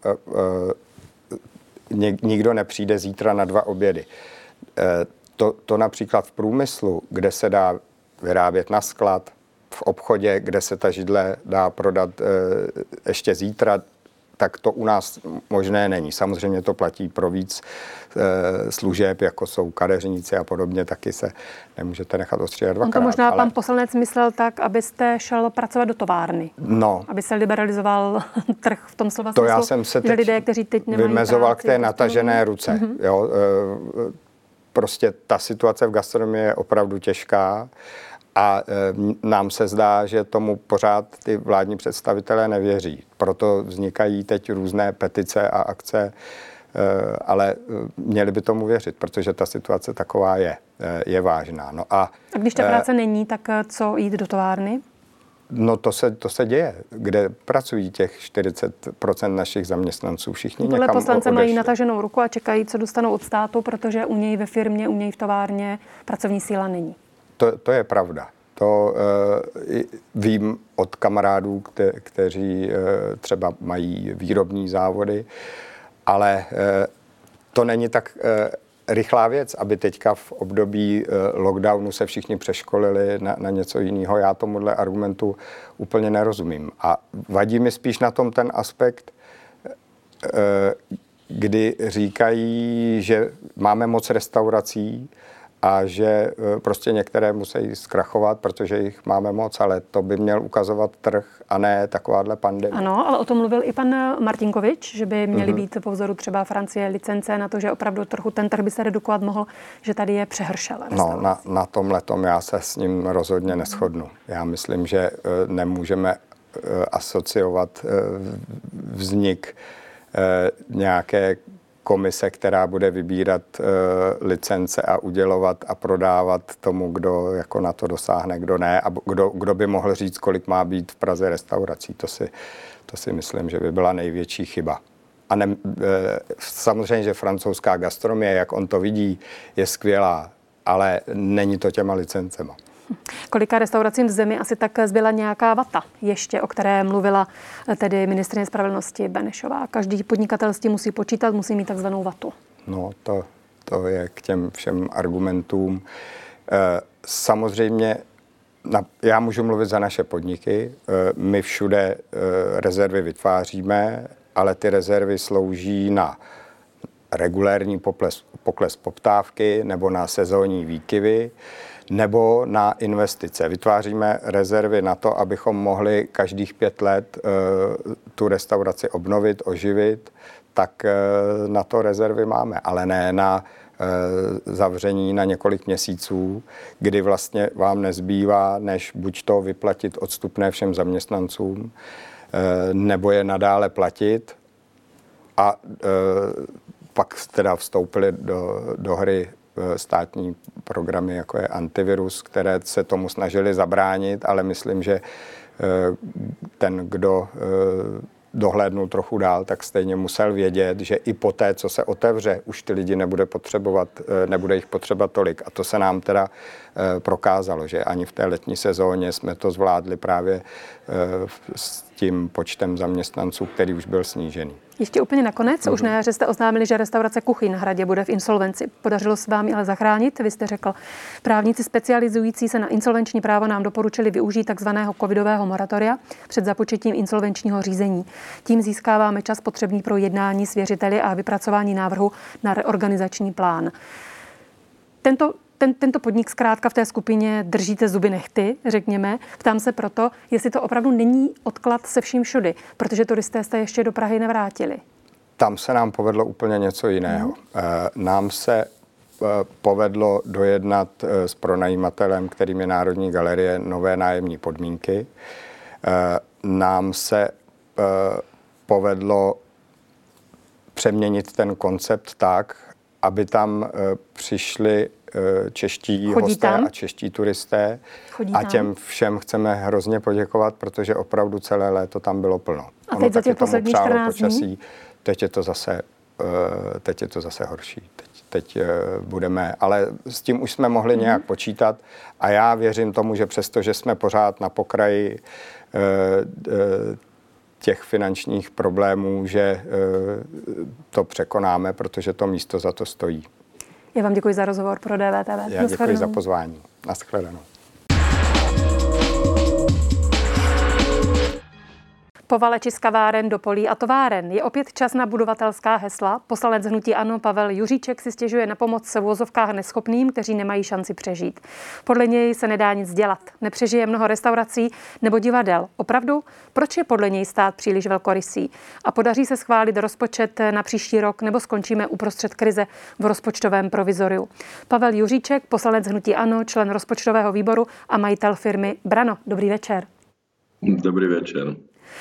nikdo nepřijde zítra na 2 obědy. To například v průmyslu, kde se dá vyrábět na sklad, v obchodě, kde se ta židle dá prodat ještě zítra, tak to u nás možné není. Samozřejmě to platí pro víc služeb, jako jsou kadeřníci a podobně, taky se nemůžete nechat ostříhat 2krát. To možná pan poslanec myslel tak, abyste šel pracovat do továrny. No. Aby se liberalizoval trh v tom slova smyslu. To já jsem se teď lidé, kteří teď nemají vymezoval práci, k té natažené ruce. Jo, prostě ta situace v gastronomii je opravdu těžká a nám se zdá, že tomu pořád ty vládní představitelé nevěří. Proto vznikají teď různé petice a akce, ale měli by tomu věřit, protože ta situace taková je vážná. No a když ta práce není, tak co, jít do továrny? No to se děje, kde pracují těch 40% našich zaměstnanců. Všichni někam odešli. Poslance mají odešli. nataženou ruku a čekají, co dostanou od státu, protože u něj ve firmě, u něj v továrně pracovní síla není. To je pravda. To vím od kamarádů, kteří třeba mají výrobní závody, ale to není tak rychlá věc, aby teďka v období lockdownu se všichni přeškolili na něco jiného. Já tomuhle argumentu úplně nerozumím. A vadí mi spíš na tom ten aspekt, kdy říkají, že máme moc restaurací a že prostě některé musí zkrachovat, protože jich máme moc, ale to by měl ukazovat trh a ne takováhle pandemie. Ano, ale o tom mluvil i pan Martinkovič, že by měly být po vzoru třeba Francie licence na to, že opravdu trochu ten trh by se redukovat mohl, že tady je přehršel. No, na tomhletom já se s ním rozhodně neshodnu. Já myslím, že nemůžeme asociovat vznik nějaké komise, která bude vybírat licence a udělovat a prodávat tomu, kdo jako na to dosáhne, kdo ne a kdo by mohl říct, kolik má být v Praze restaurací. To si myslím, že by byla největší chyba. A samozřejmě, že francouzská gastronomie, jak on to vidí, je skvělá, ale není to těma licencema. Kolika restauracím v zemi asi tak zbyla nějaká vata ještě, o které mluvila tedy ministryně spravedlnosti Benešová. Každý podnikatel s tím musí počítat, musí mít takzvanou vatu. No, to je k těm všem argumentům. Samozřejmě, já můžu mluvit za naše podniky. My všude rezervy vytváříme, ale ty rezervy slouží na regulérní pokles poptávky nebo na sezónní výkyvy, nebo na investice. Vytváříme rezervy na to, abychom mohli každých 5 let tu restauraci obnovit, oživit, tak na to rezervy máme, ale ne na zavření na několik měsíců, kdy vlastně vám nezbývá, než buď to vyplatit odstupné všem zaměstnancům, nebo je nadále platit a pak teda vstoupily do hry státní programy, jako je antivirus, které se tomu snažili zabránit, ale myslím, že ten, kdo dohlédnul trochu dál, tak stejně musel vědět, že i po té, co se otevře, už ty lidi nebude jich potřebovat tolik. A to se nám teda prokázalo, že ani v té letní sezóně jsme to zvládli právě s tím počtem zaměstnanců, který už byl snížený. Ještě úplně nakonec, už na jaře jste oznámili, že restaurace Kuchyň na Hradě bude v insolvenci. Podařilo se vám ji ale zachránit, vy jste řekl. Právníci specializující se na insolvenční právo nám doporučili využít takzvaného covidového moratoria před započetím insolvenčního řízení. Tím získáváme čas potřebný pro jednání s věřiteli a vypracování návrhu na reorganizační plán. Tento podnik zkrátka v té skupině držíte zuby nehty, řekněme. Ptám se proto, jestli to opravdu není odklad se vším všudy, protože turisté jste ještě do Prahy nevrátili. Tam se nám povedlo úplně něco jiného. Nám se povedlo dojednat s pronajímatelem, kterým je Národní galerie, nové nájemní podmínky. Nám se povedlo přeměnit ten koncept tak, aby tam přišli čeští hosté a čeští turisté. A těm všem chceme hrozně poděkovat, protože opravdu celé léto tam bylo plno. A teď za těch posledních 14 dní? Teď je to zase horší. Teď budeme, ale s tím už jsme mohli nějak počítat a já věřím tomu, že přesto, že jsme pořád na pokraji těch finančních problémů, že to překonáme, protože to místo za to stojí. Já vám děkuji za rozhovor pro DVTV. Já děkuji za pozvání. Naschledanou. Povaleči z kaváren do polí a továren. Je opět čas na budovatelská hesla. Poslanec hnutí ANO Pavel Juříček si stěžuje na pomoc se v uvozovkách neschopným, kteří nemají šanci přežít. Podle něj se nedá nic dělat. Nepřežije mnoho restaurací nebo divadel. Opravdu? Proč je podle něj stát příliš velkorysý? A podaří se schválit rozpočet na příští rok nebo skončíme uprostřed krize v rozpočtovém provizoriu? Pavel Juříček, poslanec hnutí ANO, člen rozpočtového výboru a majitel firmy Brano. Dobrý večer. Dobrý večer.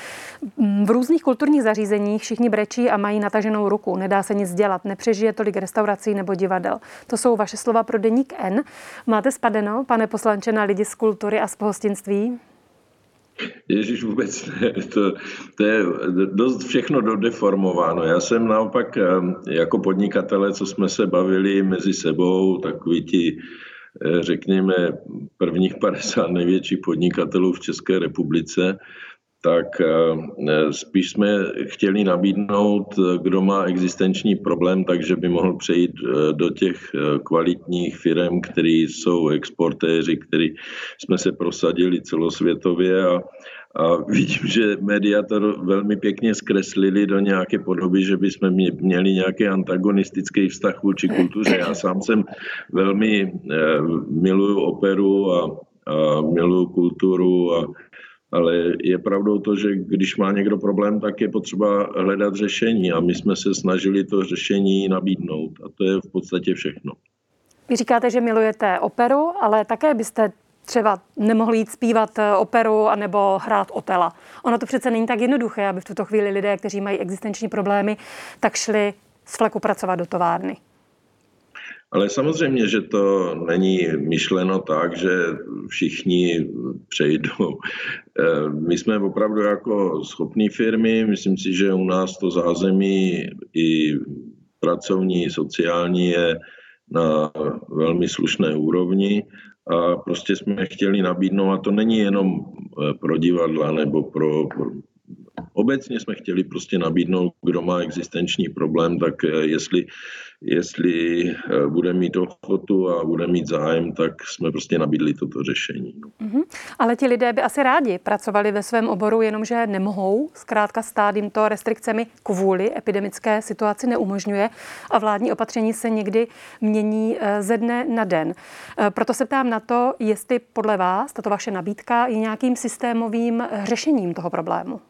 V různých kulturních zařízeních všichni brečí a mají nataženou ruku. Nedá se nic dělat, nepřežije tolik restaurací nebo divadel. To jsou vaše slova pro Deník N. Máte spadeno, pane poslanče, na lidi z kultury a z pohostinství? Ježíš, vůbec ne. To je dost všechno dodeformováno. Já jsem naopak jako podnikatele, co jsme se bavili mezi sebou, takový ti, řekněme, prvních 50 největších podnikatelů v České republice, tak spíš jsme chtěli nabídnout, kdo má existenční problém, takže by mohl přejít do těch kvalitních firem, který jsou exportéři, který jsme se prosadili celosvětově a vidím, že média to velmi pěkně zkreslili do nějaké podoby, že bychom měli nějaký antagonistický vztah vůči kultuře. Já sám jsem velmi miluju operu a miluju kulturu ale je pravdou to, že když má někdo problém, tak je potřeba hledat řešení a my jsme se snažili to řešení nabídnout a to je v podstatě všechno. Vy říkáte, že milujete operu, ale také byste třeba nemohli jít zpívat operu anebo hrát Otela. Ono to přece není tak jednoduché, aby v tuto chvíli lidé, kteří mají existenční problémy, tak šli z fleku pracovat do továrny. Ale samozřejmě, že to není myšleno tak, že všichni přejdou. My jsme opravdu jako schopné firmy, myslím si, že u nás to zázemí i pracovní, sociální je na velmi slušné úrovni a prostě jsme chtěli nabídnout, a to není jenom pro divadla nebo pro obecně jsme chtěli prostě nabídnout, kdo má existenční problém, tak jestli bude mít ochotu a bude mít zájem, tak jsme prostě nabídli toto řešení. Ale ti lidé by asi rádi pracovali ve svém oboru, jenomže nemohou. Zkrátka stát jim to restrikcemi kvůli epidemické situaci neumožňuje a vládní opatření se někdy mění ze dne na den. Proto se ptám na to, jestli podle vás tato vaše nabídka je nějakým systémovým řešením toho problému.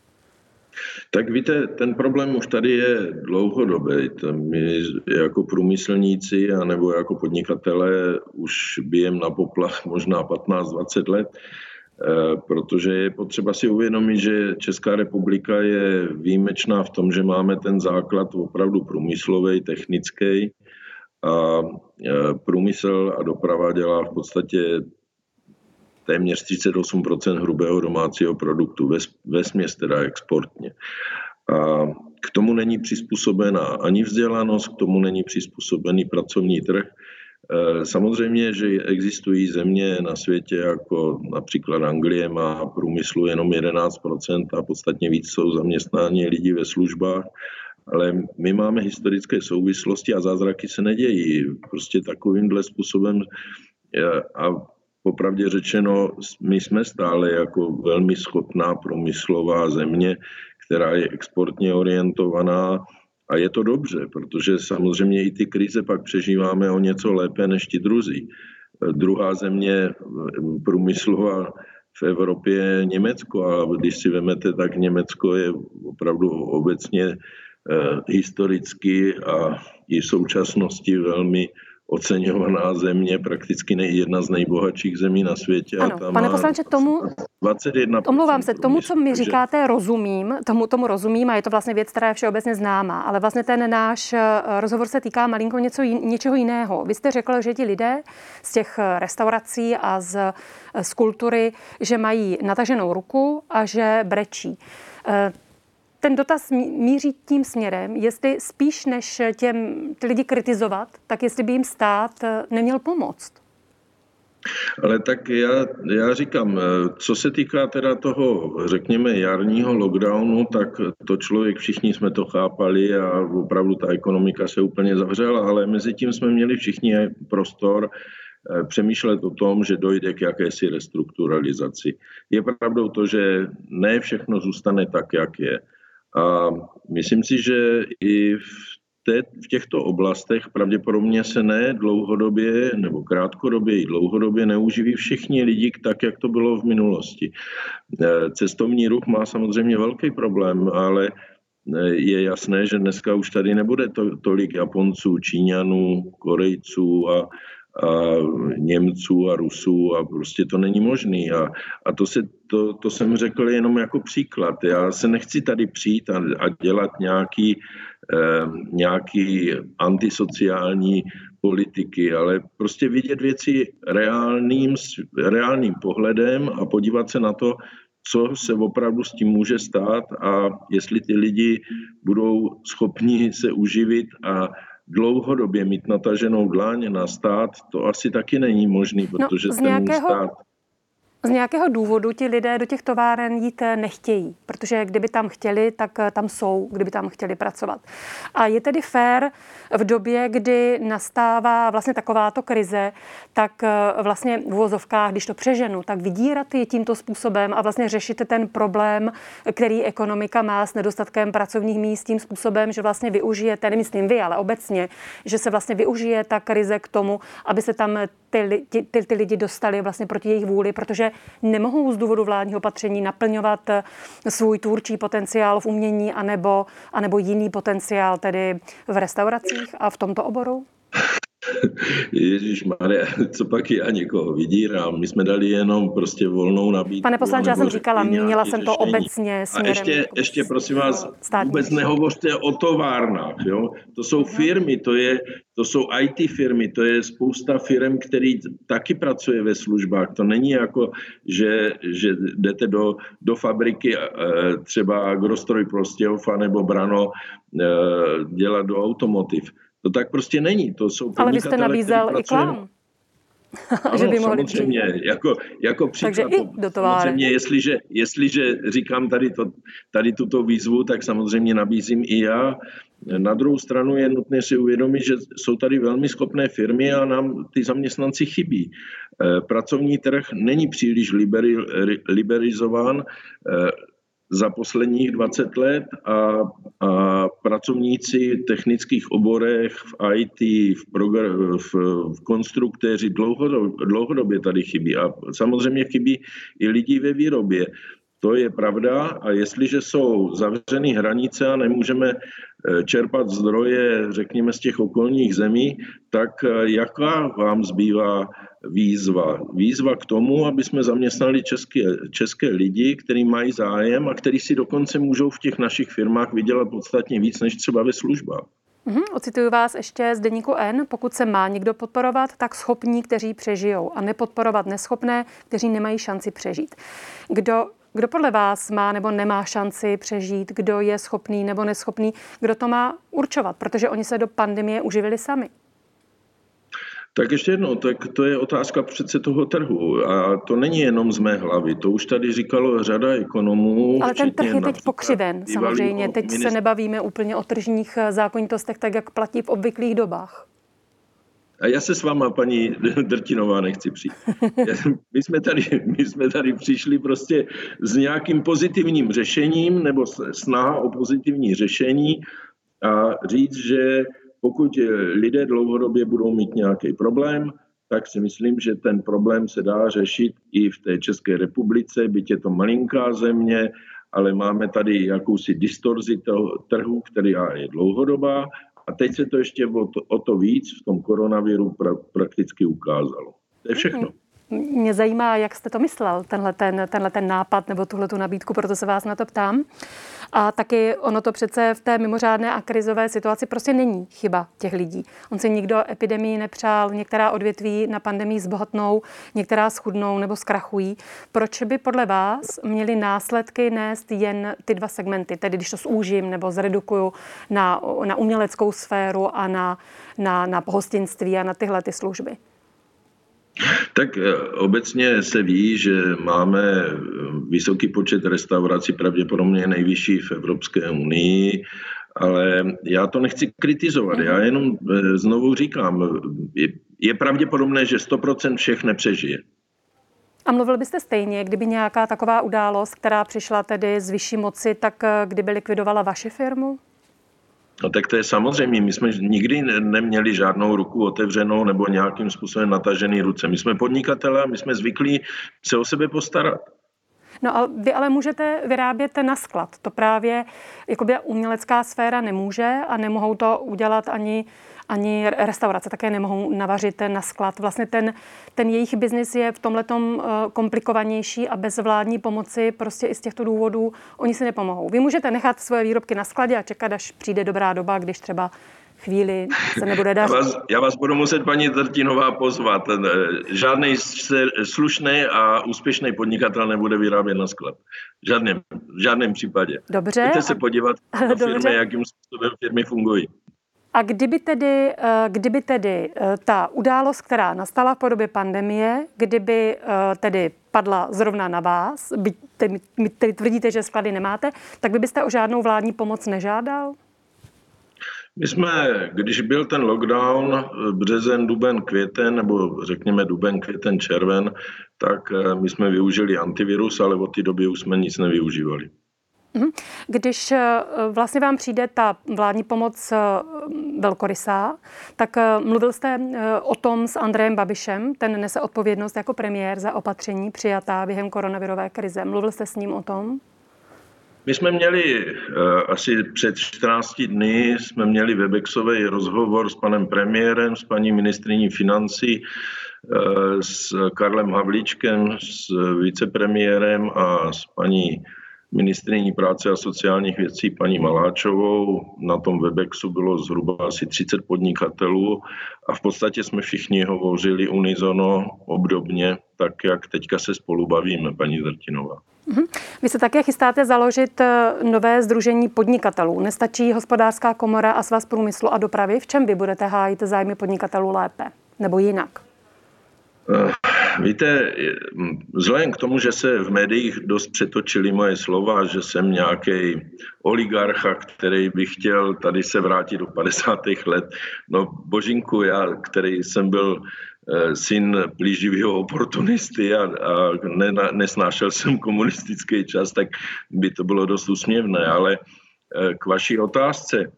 Tak víte, ten problém už tady je dlouhodobý. My jako průmyslníci anebo jako podnikatelé už bijeme na poplach možná 15-20 let, protože je potřeba si uvědomit, že Česká republika je výjimečná v tom, že máme ten základ opravdu průmyslový, technický a průmysl a doprava dělá v podstatě téměř 38% hrubého domácího produktu, vesměs teda exportně. A k tomu není přizpůsobená ani vzdělanost, k tomu není přizpůsobený pracovní trh. Samozřejmě, že existují země na světě, jako například Anglie má průmyslu jenom 11% a podstatně víc jsou zaměstnáni lidi ve službách, ale my máme historické souvislosti a zázraky se nedějí. Prostě takovýmhle způsobem a popravdě řečeno, my jsme stále jako velmi schopná průmyslová země, která je exportně orientovaná a je to dobře, protože samozřejmě i ty krize pak přežíváme o něco lépe než ti druzí. Druhá země průmyslová v Evropě je Německo a když si vemete, tak Německo je opravdu obecně historicky a i v současnosti velmi oceňovaná země, prakticky jedna z nejbohatších zemí na světě. Ano, pane poslanče, tomu 21%. Omlouvám se, tomu, co mi říkáte, rozumím, tomu rozumím a je to vlastně věc, která je všeobecně známá, ale vlastně ten náš rozhovor se týká malinko něčeho jiného. Vy jste řekl, že ti lidé z těch restaurací a z kultury, že mají nataženou ruku a že brečí. Ten dotaz míří tím směrem, jestli spíš než ty lidi kritizovat, tak jestli by jim stát neměl pomoct. Ale tak já říkám, co se týká teda toho, řekněme, jarního lockdownu, tak to člověk, všichni jsme to chápali a opravdu ta ekonomika se úplně zavřela, ale mezi tím jsme měli všichni prostor přemýšlet o tom, že dojde k jakési restrukturalizaci. Je pravdou to, že ne všechno zůstane tak, jak je. A myslím si, že i v těchto oblastech pravděpodobně se ne dlouhodobě nebo krátkodobě i dlouhodobě neuživí všichni lidi tak, jak to bylo v minulosti. Cestovní ruch má samozřejmě velký problém, ale je jasné, že dneska už tady nebude tolik Japonců, Číňanů, Korejců a Němců a Rusů a prostě to není možný. A to jsem řekl jenom jako příklad. Já se nechci tady přijít a dělat nějaký antisociální politiky, ale prostě vidět věci reálným pohledem a podívat se na to, co se opravdu s tím může stát a jestli ty lidi budou schopni se uživit a dlouhodobě mít nataženou dlaň na stát, to asi taky není možný, protože stát... Z nějakého důvodu ti lidé do těch továren jít nechtějí, protože kdyby tam chtěli, tak tam jsou, kdyby tam chtěli pracovat. A je tedy fér v době, kdy nastává vlastně takováto krize, tak vlastně v uvozovkách, když to přeženu, tak vydírat je tímto způsobem a vlastně řešit ten problém, který ekonomika má s nedostatkem pracovních míst tím způsobem, že vlastně využijete, nemyslím vy, ale obecně, že se vlastně využije ta krize k tomu, aby se tam ty lidi dostali vlastně proti jejich vůli, protože nemohou z důvodu vládního opatření naplňovat svůj tvůrčí potenciál v umění anebo jiný potenciál tedy v restauracích a v tomto oboru? Ježišmarja, co pak já někoho vydírám? My jsme dali jenom prostě volnou nabídku. Pane poslanče, já jsem říkala, měla jsem to obecně směrem. A ještě prosím vás, vůbec nehovořte o továrnách. Jo? To jsou firmy, to jsou IT firmy, to je spousta firm, který taky pracuje ve službách. To není jako, že jdete do fabriky třeba Agrostroj Prostějov nebo Brano dělat do automotiv. To tak prostě není. To jsou ale vy jste nabízel i k vám. Ano, že by mohli samozřejmě, jako příklad. Takže i do továren. Samozřejmě, jestliže říkám tady tuto výzvu, tak samozřejmě nabízím i já. Na druhou stranu je nutné si uvědomit, že jsou tady velmi schopné firmy a nám ty zaměstnanci chybí. Pracovní trh není příliš liberalizován za posledních 20 let a pracovníci v technických oborech, v IT, v konstruktéři dlouhodobě tady chybí. A samozřejmě chybí i lidi ve výrobě. To je pravda a jestliže jsou zavřené hranice a nemůžeme čerpat zdroje, řekněme, z těch okolních zemí, tak jaká vám zbývá výzva? Výzva k tomu, aby jsme zaměstnali české lidi, kteří mají zájem a kteří si dokonce můžou v těch našich firmách vydělat podstatně víc než třeba ve službách. Ocituju vás ještě z deníku N. Pokud se má někdo podporovat, tak schopní, kteří přežijou, a nepodporovat neschopné, kteří nemají šanci přežít. Kdo podle vás má nebo nemá šanci přežít, kdo je schopný nebo neschopný, kdo to má určovat, protože oni se do pandemie uživili sami? Tak ještě jednou, tak to je otázka přece toho trhu a to není jenom z mé hlavy, to už tady říkalo řada ekonomů. Ale ten trh je teď pokřiven, samozřejmě. Teď se nebavíme úplně o tržních zákonitostech, tak jak platí v obvyklých dobách. A já se s váma, paní Drtinová, nechci přijít. My jsme tady přišli prostě s nějakým pozitivním řešením nebo snaha o pozitivní řešení a říct, že pokud lidé dlouhodobě budou mít nějaký problém, tak si myslím, že ten problém se dá řešit i v té České republice, byť je to malinká země, ale máme tady jakousi distorzi toho trhu, která je dlouhodobá. A teď se to ještě o to víc v tom koronaviru prakticky ukázalo. To je všechno. Mě zajímá, jak jste to myslel, tenhle ten nápad nebo tuhletu nabídku, proto se vás na to ptám. A taky ono to přece v té mimořádné a krizové situaci prostě není chyba těch lidí. On si nikdo epidemii nepřál, některá odvětví na pandemii zbohatnou, některá schudnou nebo zkrachují. Proč by podle vás měly následky nést jen ty dva segmenty, tedy když to zúžím nebo zredukuju na uměleckou sféru a na pohostinství a na tyhle ty služby? Tak obecně se ví, že máme vysoký počet restaurací, pravděpodobně nejvyšší v Evropské unii, ale já to nechci kritizovat. Já jenom znovu říkám, je pravděpodobné, že 100% všech nepřežije. A mluvil byste stejně, kdyby nějaká taková událost, která přišla tedy z vyšší moci, tak kdyby likvidovala vaši firmu? No tak to je samozřejmě, my jsme nikdy neměli žádnou ruku otevřenou nebo nějakým způsobem natažený ruce. My jsme podnikatelé a my jsme zvyklí se o sebe postarat. No a vy ale můžete vyrábět na sklad. To právě jakoby umělecká sféra nemůže a nemohou to udělat ani restaurace, také nemohou navařit na sklad. Vlastně ten jejich biznis je v tomhletom komplikovanější a bez vládní pomoci prostě i z těchto důvodů oni si nepomohou. Vy můžete nechat svoje výrobky na skladě a čekat, až přijde dobrá doba, když třeba chvíli se nebude dařit. Já vás budu muset, paní Drtinová, pozvat. Žádný slušný a úspěšný podnikatel nebude vyrábět na sklad. V žádném případě. Dobře. Pojďte se podívat na firmy, jakým způsobem firmy fungují. A kdyby tedy ta událost, která nastala v podobě pandemie, kdyby tedy padla zrovna na vás, byť my tedy tvrdíte, že sklady nemáte, tak byste o žádnou vládní pomoc nežádal? My jsme, když byl ten lockdown, březen, duben, květen, nebo řekněme duben, květen, červen, tak my jsme využili antivirus, ale od té doby už jsme nic nevyužívali. Když vlastně vám přijde ta vládní pomoc velkorysá, tak mluvil jste o tom s Andrejem Babišem, ten nese odpovědnost jako premiér za opatření přijatá během koronavirové krize. Mluvil jste s ním o tom? My jsme měli asi před 14 dny jsme měli webexový rozhovor s panem premiérem, s paní ministryní financí, s Karlem Havlíčkem, s vicepremiérem a s paní ministryní práce a sociálních věcí paní Maláčovou. Na tom webexu bylo zhruba asi 30 podnikatelů a v podstatě jsme všichni hovořili unisono obdobně, tak jak teďka se spolu bavíme, paní Drtinová. Vy se také chystáte založit nové sdružení podnikatelů. Nestačí Hospodářská komora a Svaz průmyslu a dopravy? V čem vy budete hájit zájmy podnikatelů lépe? Nebo jinak? Víte, vzhledem k tomu, že se v médiích dost přetočily moje slova, že jsem nějaký oligarcha, který by chtěl tady se vrátit do 50. let. No božinku, já, který jsem byl syn plíživého oportunisty a nesnášel jsem komunistický čas, tak by to bylo dost úsměvné, ale k vaší otázce.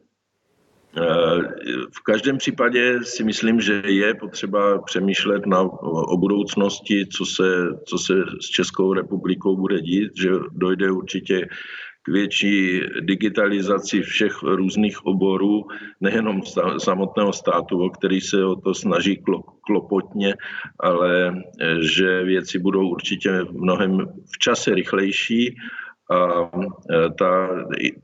V každém případě si myslím, že je potřeba přemýšlet o budoucnosti, co se s Českou republikou bude dít, že dojde určitě k větší digitalizaci všech různých oborů, nejenom samotného státu, o který se o to snaží klopotně, ale že věci budou určitě mnohem v čase rychlejší a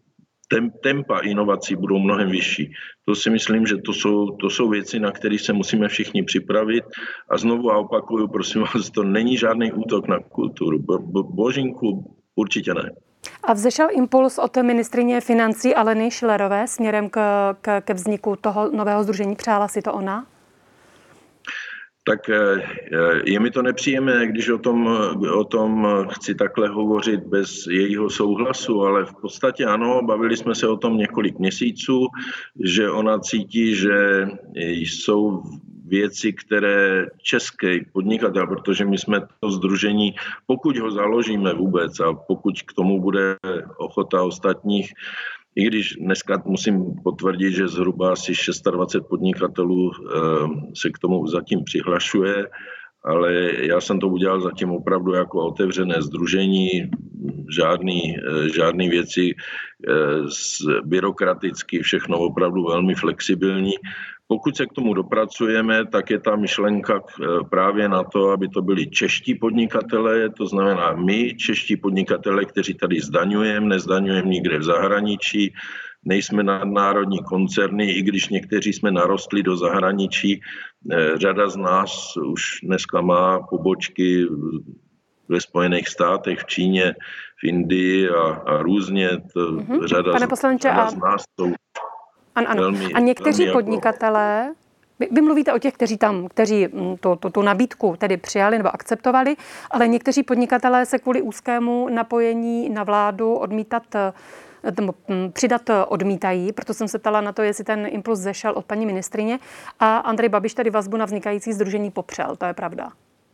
tempa inovací budou mnohem vyšší. To si myslím, že to jsou věci, na které se musíme všichni připravit. A znovu a opakuju, prosím vás, to není žádný útok na kulturu. Božínku určitě ne. A vzešel impuls od ministryně financí Aleny Schillerové směrem ke vzniku toho nového sdružení? Přála si to ona? Tak je mi to nepříjemné, když o tom chci takhle hovořit bez jejího souhlasu, ale v podstatě ano, bavili jsme se o tom několik měsíců, že ona cítí, že jsou věci, které český podnikatel, protože my jsme to sdružení, pokud ho založíme vůbec a pokud k tomu bude ochota ostatních, i když dneska musím potvrdit, že zhruba asi 26 podnikatelů se k tomu zatím přihlašuje, ale já jsem to udělal zatím opravdu jako otevřené sdružení, žádný věci byrokraticky, všechno opravdu velmi flexibilní. Pokud se k tomu dopracujeme, tak je ta myšlenka právě na to, aby to byli čeští podnikatelé, to znamená my, čeští podnikatelé, kteří tady zdaňujeme, nezdaňujeme nikde v zahraničí, nejsme nadnárodní koncerny, i když někteří jsme narostli do zahraničí. Řada z nás už dneska má pobočky ve Spojených státech, v Číně, v Indii a různě. Řada z nás jsou velmi, a někteří podnikatelé, vy mluvíte o těch, kteří tu nabídku tedy přijali nebo akceptovali, ale někteří podnikatelé se kvůli úzkému napojení na vládu přidat odmítají, proto jsem se ptala na to, jestli ten impuls zešel od paní ministryně, a Andrej Babiš tedy vazbu na vznikající sdružení popřel, to je pravda?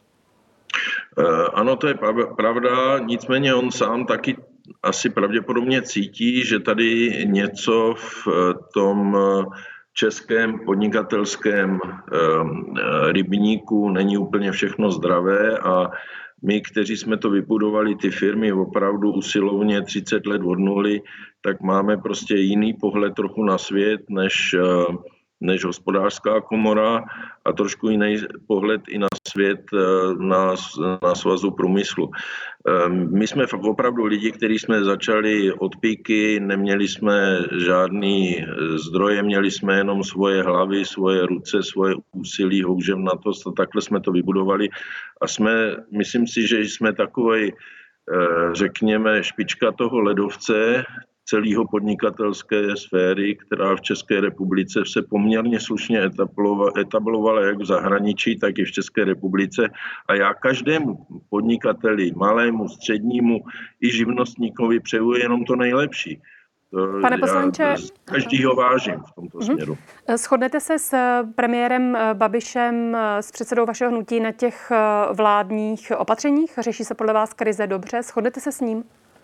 Ano, to je pravda, nicméně on sám taky asi pravděpodobně cítí, že tady něco v tom českém podnikatelském rybníku není úplně všechno zdravé a my, kteří jsme to vybudovali, ty firmy opravdu usilovně 30 let od nuly, tak máme prostě jiný pohled trochu na svět, než hospodářská komora a trošku jiný pohled i na svět na Svazu průmyslu. My jsme opravdu lidi, kteří jsme začali od píky, neměli jsme žádný zdroje, měli jsme jenom svoje hlavy, svoje ruce, svoje úsilí, houževnatost a takhle jsme to vybudovali a myslím si, že jsme takovej, řekněme, špička toho ledovce, celého podnikatelské sféry, která v České republice se poměrně slušně etablovala jak v zahraničí, tak i v České republice. A já každému podnikateli, malému, střednímu i živnostníkovi přeju jenom to nejlepší. Pane poslanče, každýho vážím v tomto směru. Shodnete se s premiérem Babišem, s předsedou vašeho hnutí na těch vládních opatřeních? Řeší se podle vás krize dobře? Shodnete se s ním?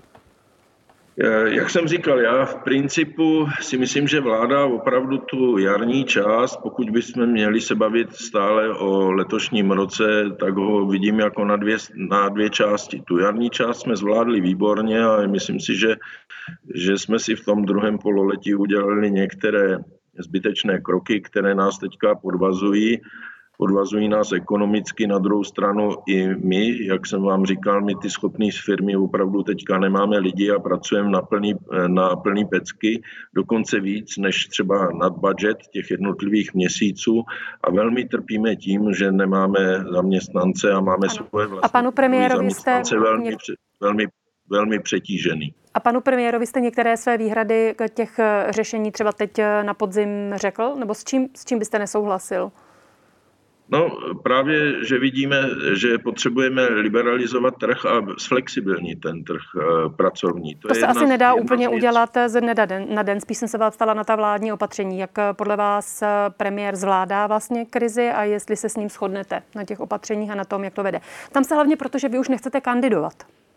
Jak jsem říkal, já v principu si myslím, že vláda opravdu tu jarní část, pokud bychom měli se bavit stále o letošním roce, tak ho vidím jako na dvě části. Tu jarní část jsme zvládli výborně a myslím si, že jsme si v tom druhém pololetí udělali některé zbytečné kroky, které nás teďka podvazují nás ekonomicky, na druhou stranu i my, jak jsem vám říkal, my ty schopné firmy opravdu teďka nemáme lidi a pracujeme na plný pecky, dokonce víc než třeba nad budget těch jednotlivých měsíců a velmi trpíme tím, že nemáme zaměstnance a máme svoje vlastní. A panu premiérovi jste velmi přetížený. A panu premiérovi jste některé své výhrady k těch řešení třeba teď na podzim řekl? Nebo s čím byste nesouhlasil? No právě, že vidíme, že potřebujeme liberalizovat trh a zflexibilnit ten trh pracovní. To se asi nedá úplně udělat ze dne na den. Spíš jsem se vás ptala na ta vládní opatření. Jak podle vás premiér zvládá vlastně krizi a jestli se s ním shodnete na těch opatřeních a na tom, jak to vede. Tam se hlavně proto, že vy už nechcete kandidovat.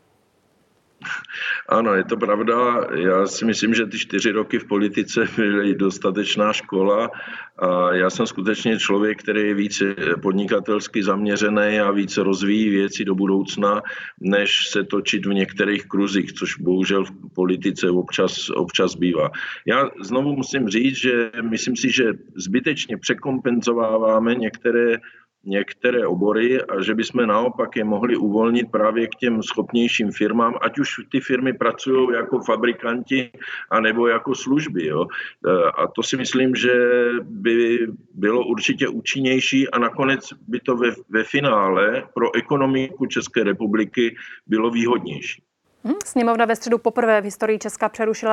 Ano, je to pravda. Já si myslím, že ty 4 roky v politice byly dostatečná škola a já jsem skutečně člověk, který je více podnikatelsky zaměřený a více rozvíjí věci do budoucna, než se točit v některých kruzích, což bohužel v politice občas bývá. Já znovu musím říct, že myslím si, že zbytečně překompenzováváme některé některé obory a že bychom naopak je mohli uvolnit právě k těm schopnějším firmám, ať už ty firmy pracují jako fabrikanti anebo jako služby. Jo. A to si myslím, že by bylo určitě účinnější a nakonec by to ve finále pro ekonomiku České republiky bylo výhodnější. Sněmovna ve středu poprvé v historii Česka přerušila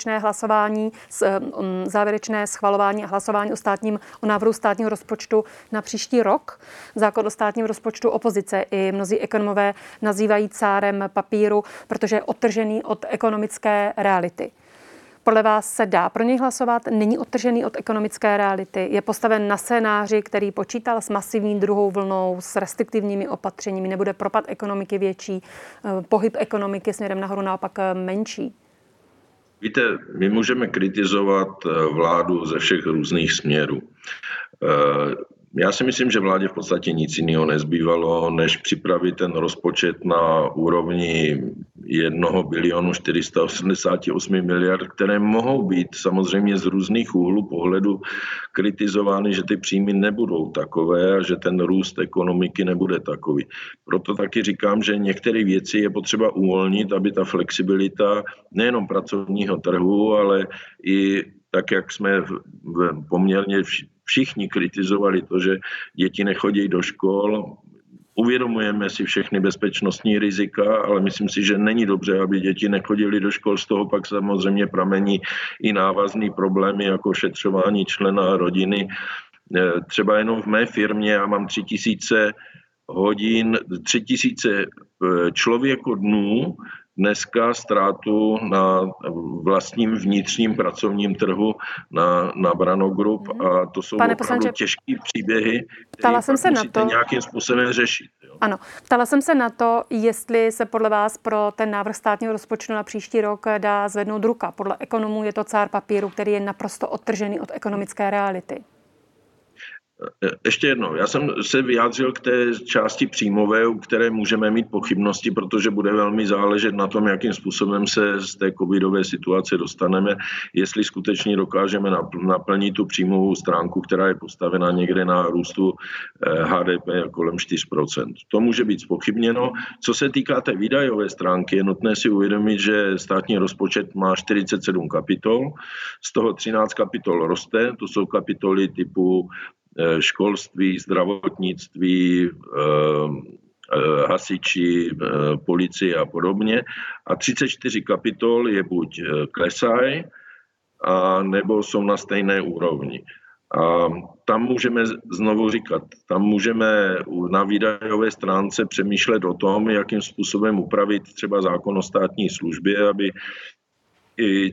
závěrečné schvalování a hlasování o návrhu státního rozpočtu na příští rok. Zákon o státním rozpočtu opozice i mnozí ekonomové nazývají cárem papíru, protože je odtržený od ekonomické reality. Podle vás se dá pro něj hlasovat? Není odtržený od ekonomické reality? Je postaven na scénáři, který počítal s masivní druhou vlnou, s restriktivními opatřeními? Nebude propad ekonomiky větší, pohyb ekonomiky směrem nahoru naopak menší? Víte, my můžeme kritizovat vládu ze všech různých směrů. Já si myslím, že vládě v podstatě nic jiného nezbývalo, než připravit ten rozpočet na úrovni 1 bilionu 488 miliard, které mohou být samozřejmě z různých úhlů pohledu kritizovány, že ty příjmy nebudou takové a že ten růst ekonomiky nebude takový. Proto taky říkám, že některé věci je potřeba uvolnit, aby ta flexibilita nejenom pracovního trhu, ale i tak, jak jsme poměrně všichni kritizovali to, že děti nechodí do škol. Uvědomujeme si všechny bezpečnostní rizika, ale myslím si, že není dobře, aby děti nechodily do škol. Z toho pak samozřejmě pramení i návazný problémy, jako šetřování člena rodiny. Třeba jenom v mé firmě já mám 3000 hodin, 3000 člověkodnů dneska ztrátu na vlastním vnitřním pracovním trhu na Brano Group a to jsou opravdu těžké příběhy, které musíte nějakým způsobem řešit. Jo. Ano, ptala jsem se na to, jestli se podle vás pro ten návrh státního rozpočtu na příští rok dá zvednout ruka. Podle ekonomů je to cár papíru, který je naprosto odtržený od ekonomické reality. Ještě jednou, já jsem se vyjádřil k té části příjmové, u které můžeme mít pochybnosti, protože bude velmi záležet na tom, jakým způsobem se z té covidové situace dostaneme, jestli skutečně dokážeme naplnit tu příjmovou stránku, která je postavena někde na růstu HDP kolem 4%. To může být zpochybněno. Co se týká té výdajové stránky, je nutné si uvědomit, že státní rozpočet má 47 kapitol, z toho 13 kapitol roste, to jsou kapitoly typu školství, zdravotnictví, hasiči, policie a podobně. A 34 kapitol je buď klesají, nebo jsou na stejné úrovni. A tam můžeme znovu říkat, tam můžeme na výdajové stránce přemýšlet o tom, jakým způsobem upravit třeba zákon o státní službě, aby i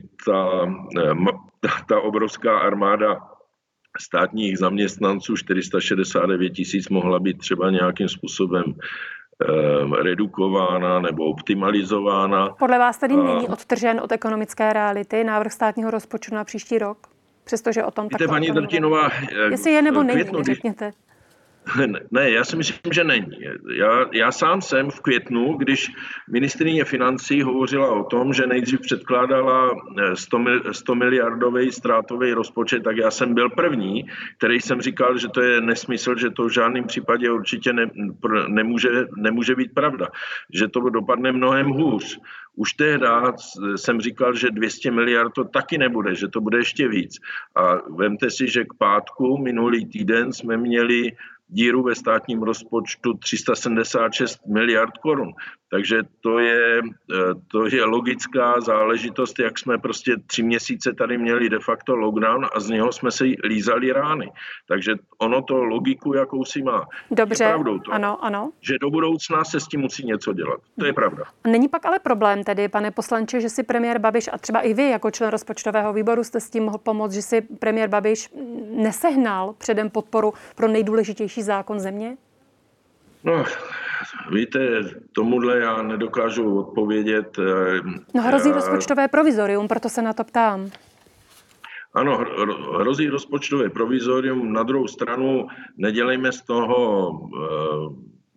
ta obrovská armáda státních zaměstnanců 469 000 mohla být třeba nějakým způsobem redukována nebo optimalizována. Podle vás tedy není odtržen od ekonomické reality návrh státního rozpočtu na příští rok? Přestože o tom takto... Paní Drtinová, jestli je nebo není, řekněte. Ne, já si myslím, že není. Já sám jsem v květnu, když ministryně financí hovořila o tom, že nejdřív předkládala 100 miliardový ztrátový rozpočet, tak já jsem byl první, který jsem říkal, že to je nesmysl, že to v žádném případě určitě nemůže být pravda, že to dopadne mnohem hůř. Už tehdy jsem říkal, že 200 miliard to taky nebude, že to bude ještě víc. A vemte si, že k pátku minulý týden jsme měli díru ve státním rozpočtu 376 miliard korun. Takže to je logická záležitost, jak jsme prostě 3 měsíce tady měli de facto lockdown a z něho jsme se lízali rány. Takže ono to logiku jakousi má. Dobře, je pravdou to, ano. Že do budoucna se s tím musí něco dělat. To je pravda. Není pak ale problém tedy, pane poslanče, že si premiér Babiš a třeba i vy jako člen rozpočtového výboru jste s tím mohl pomoct, že si premiér Babiš nesehnal předem podporu pro nejdůležitější zákon země? No, víte, tomuhle já nedokážu odpovědět. No hrozí rozpočtové provizorium, proto se na to ptám. Ano, hrozí rozpočtové provizorium. Na druhou stranu nedělejme z toho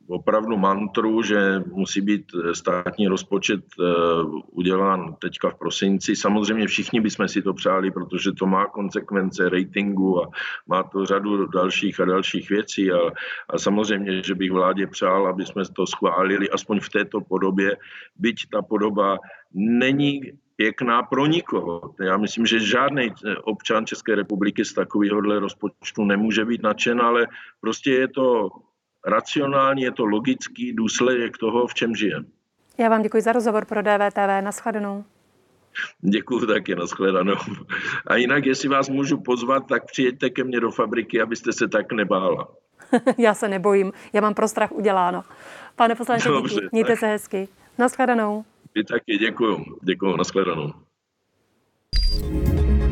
opravdu mantru, že musí být státní rozpočet udělán teďka v prosinci. Samozřejmě všichni bychom si to přáli, protože to má konsekvence ratingu a má to řadu dalších a dalších věcí. A samozřejmě, že bych vládě přál, aby jsme to schválili aspoň v této podobě, byť ta podoba není pěkná pro nikoho. Já myslím, že žádný občan České republiky z takovéhohle rozpočtu nemůže být nadšen, ale prostě je to racionální, je to logický důsledek toho, v čem žijeme. Já vám děkuji za rozhovor pro DVTV. Nashledanou. Děkuji taky, nashledanou. A jinak, jestli vás můžu pozvat, tak přijeďte ke mně do fabriky, abyste se tak nebála. Já se nebojím, já mám pro strach uděláno. Pane poslanče, díky, mějte se hezky. Nashledanou. Vy taky, děkuji, nashledanou.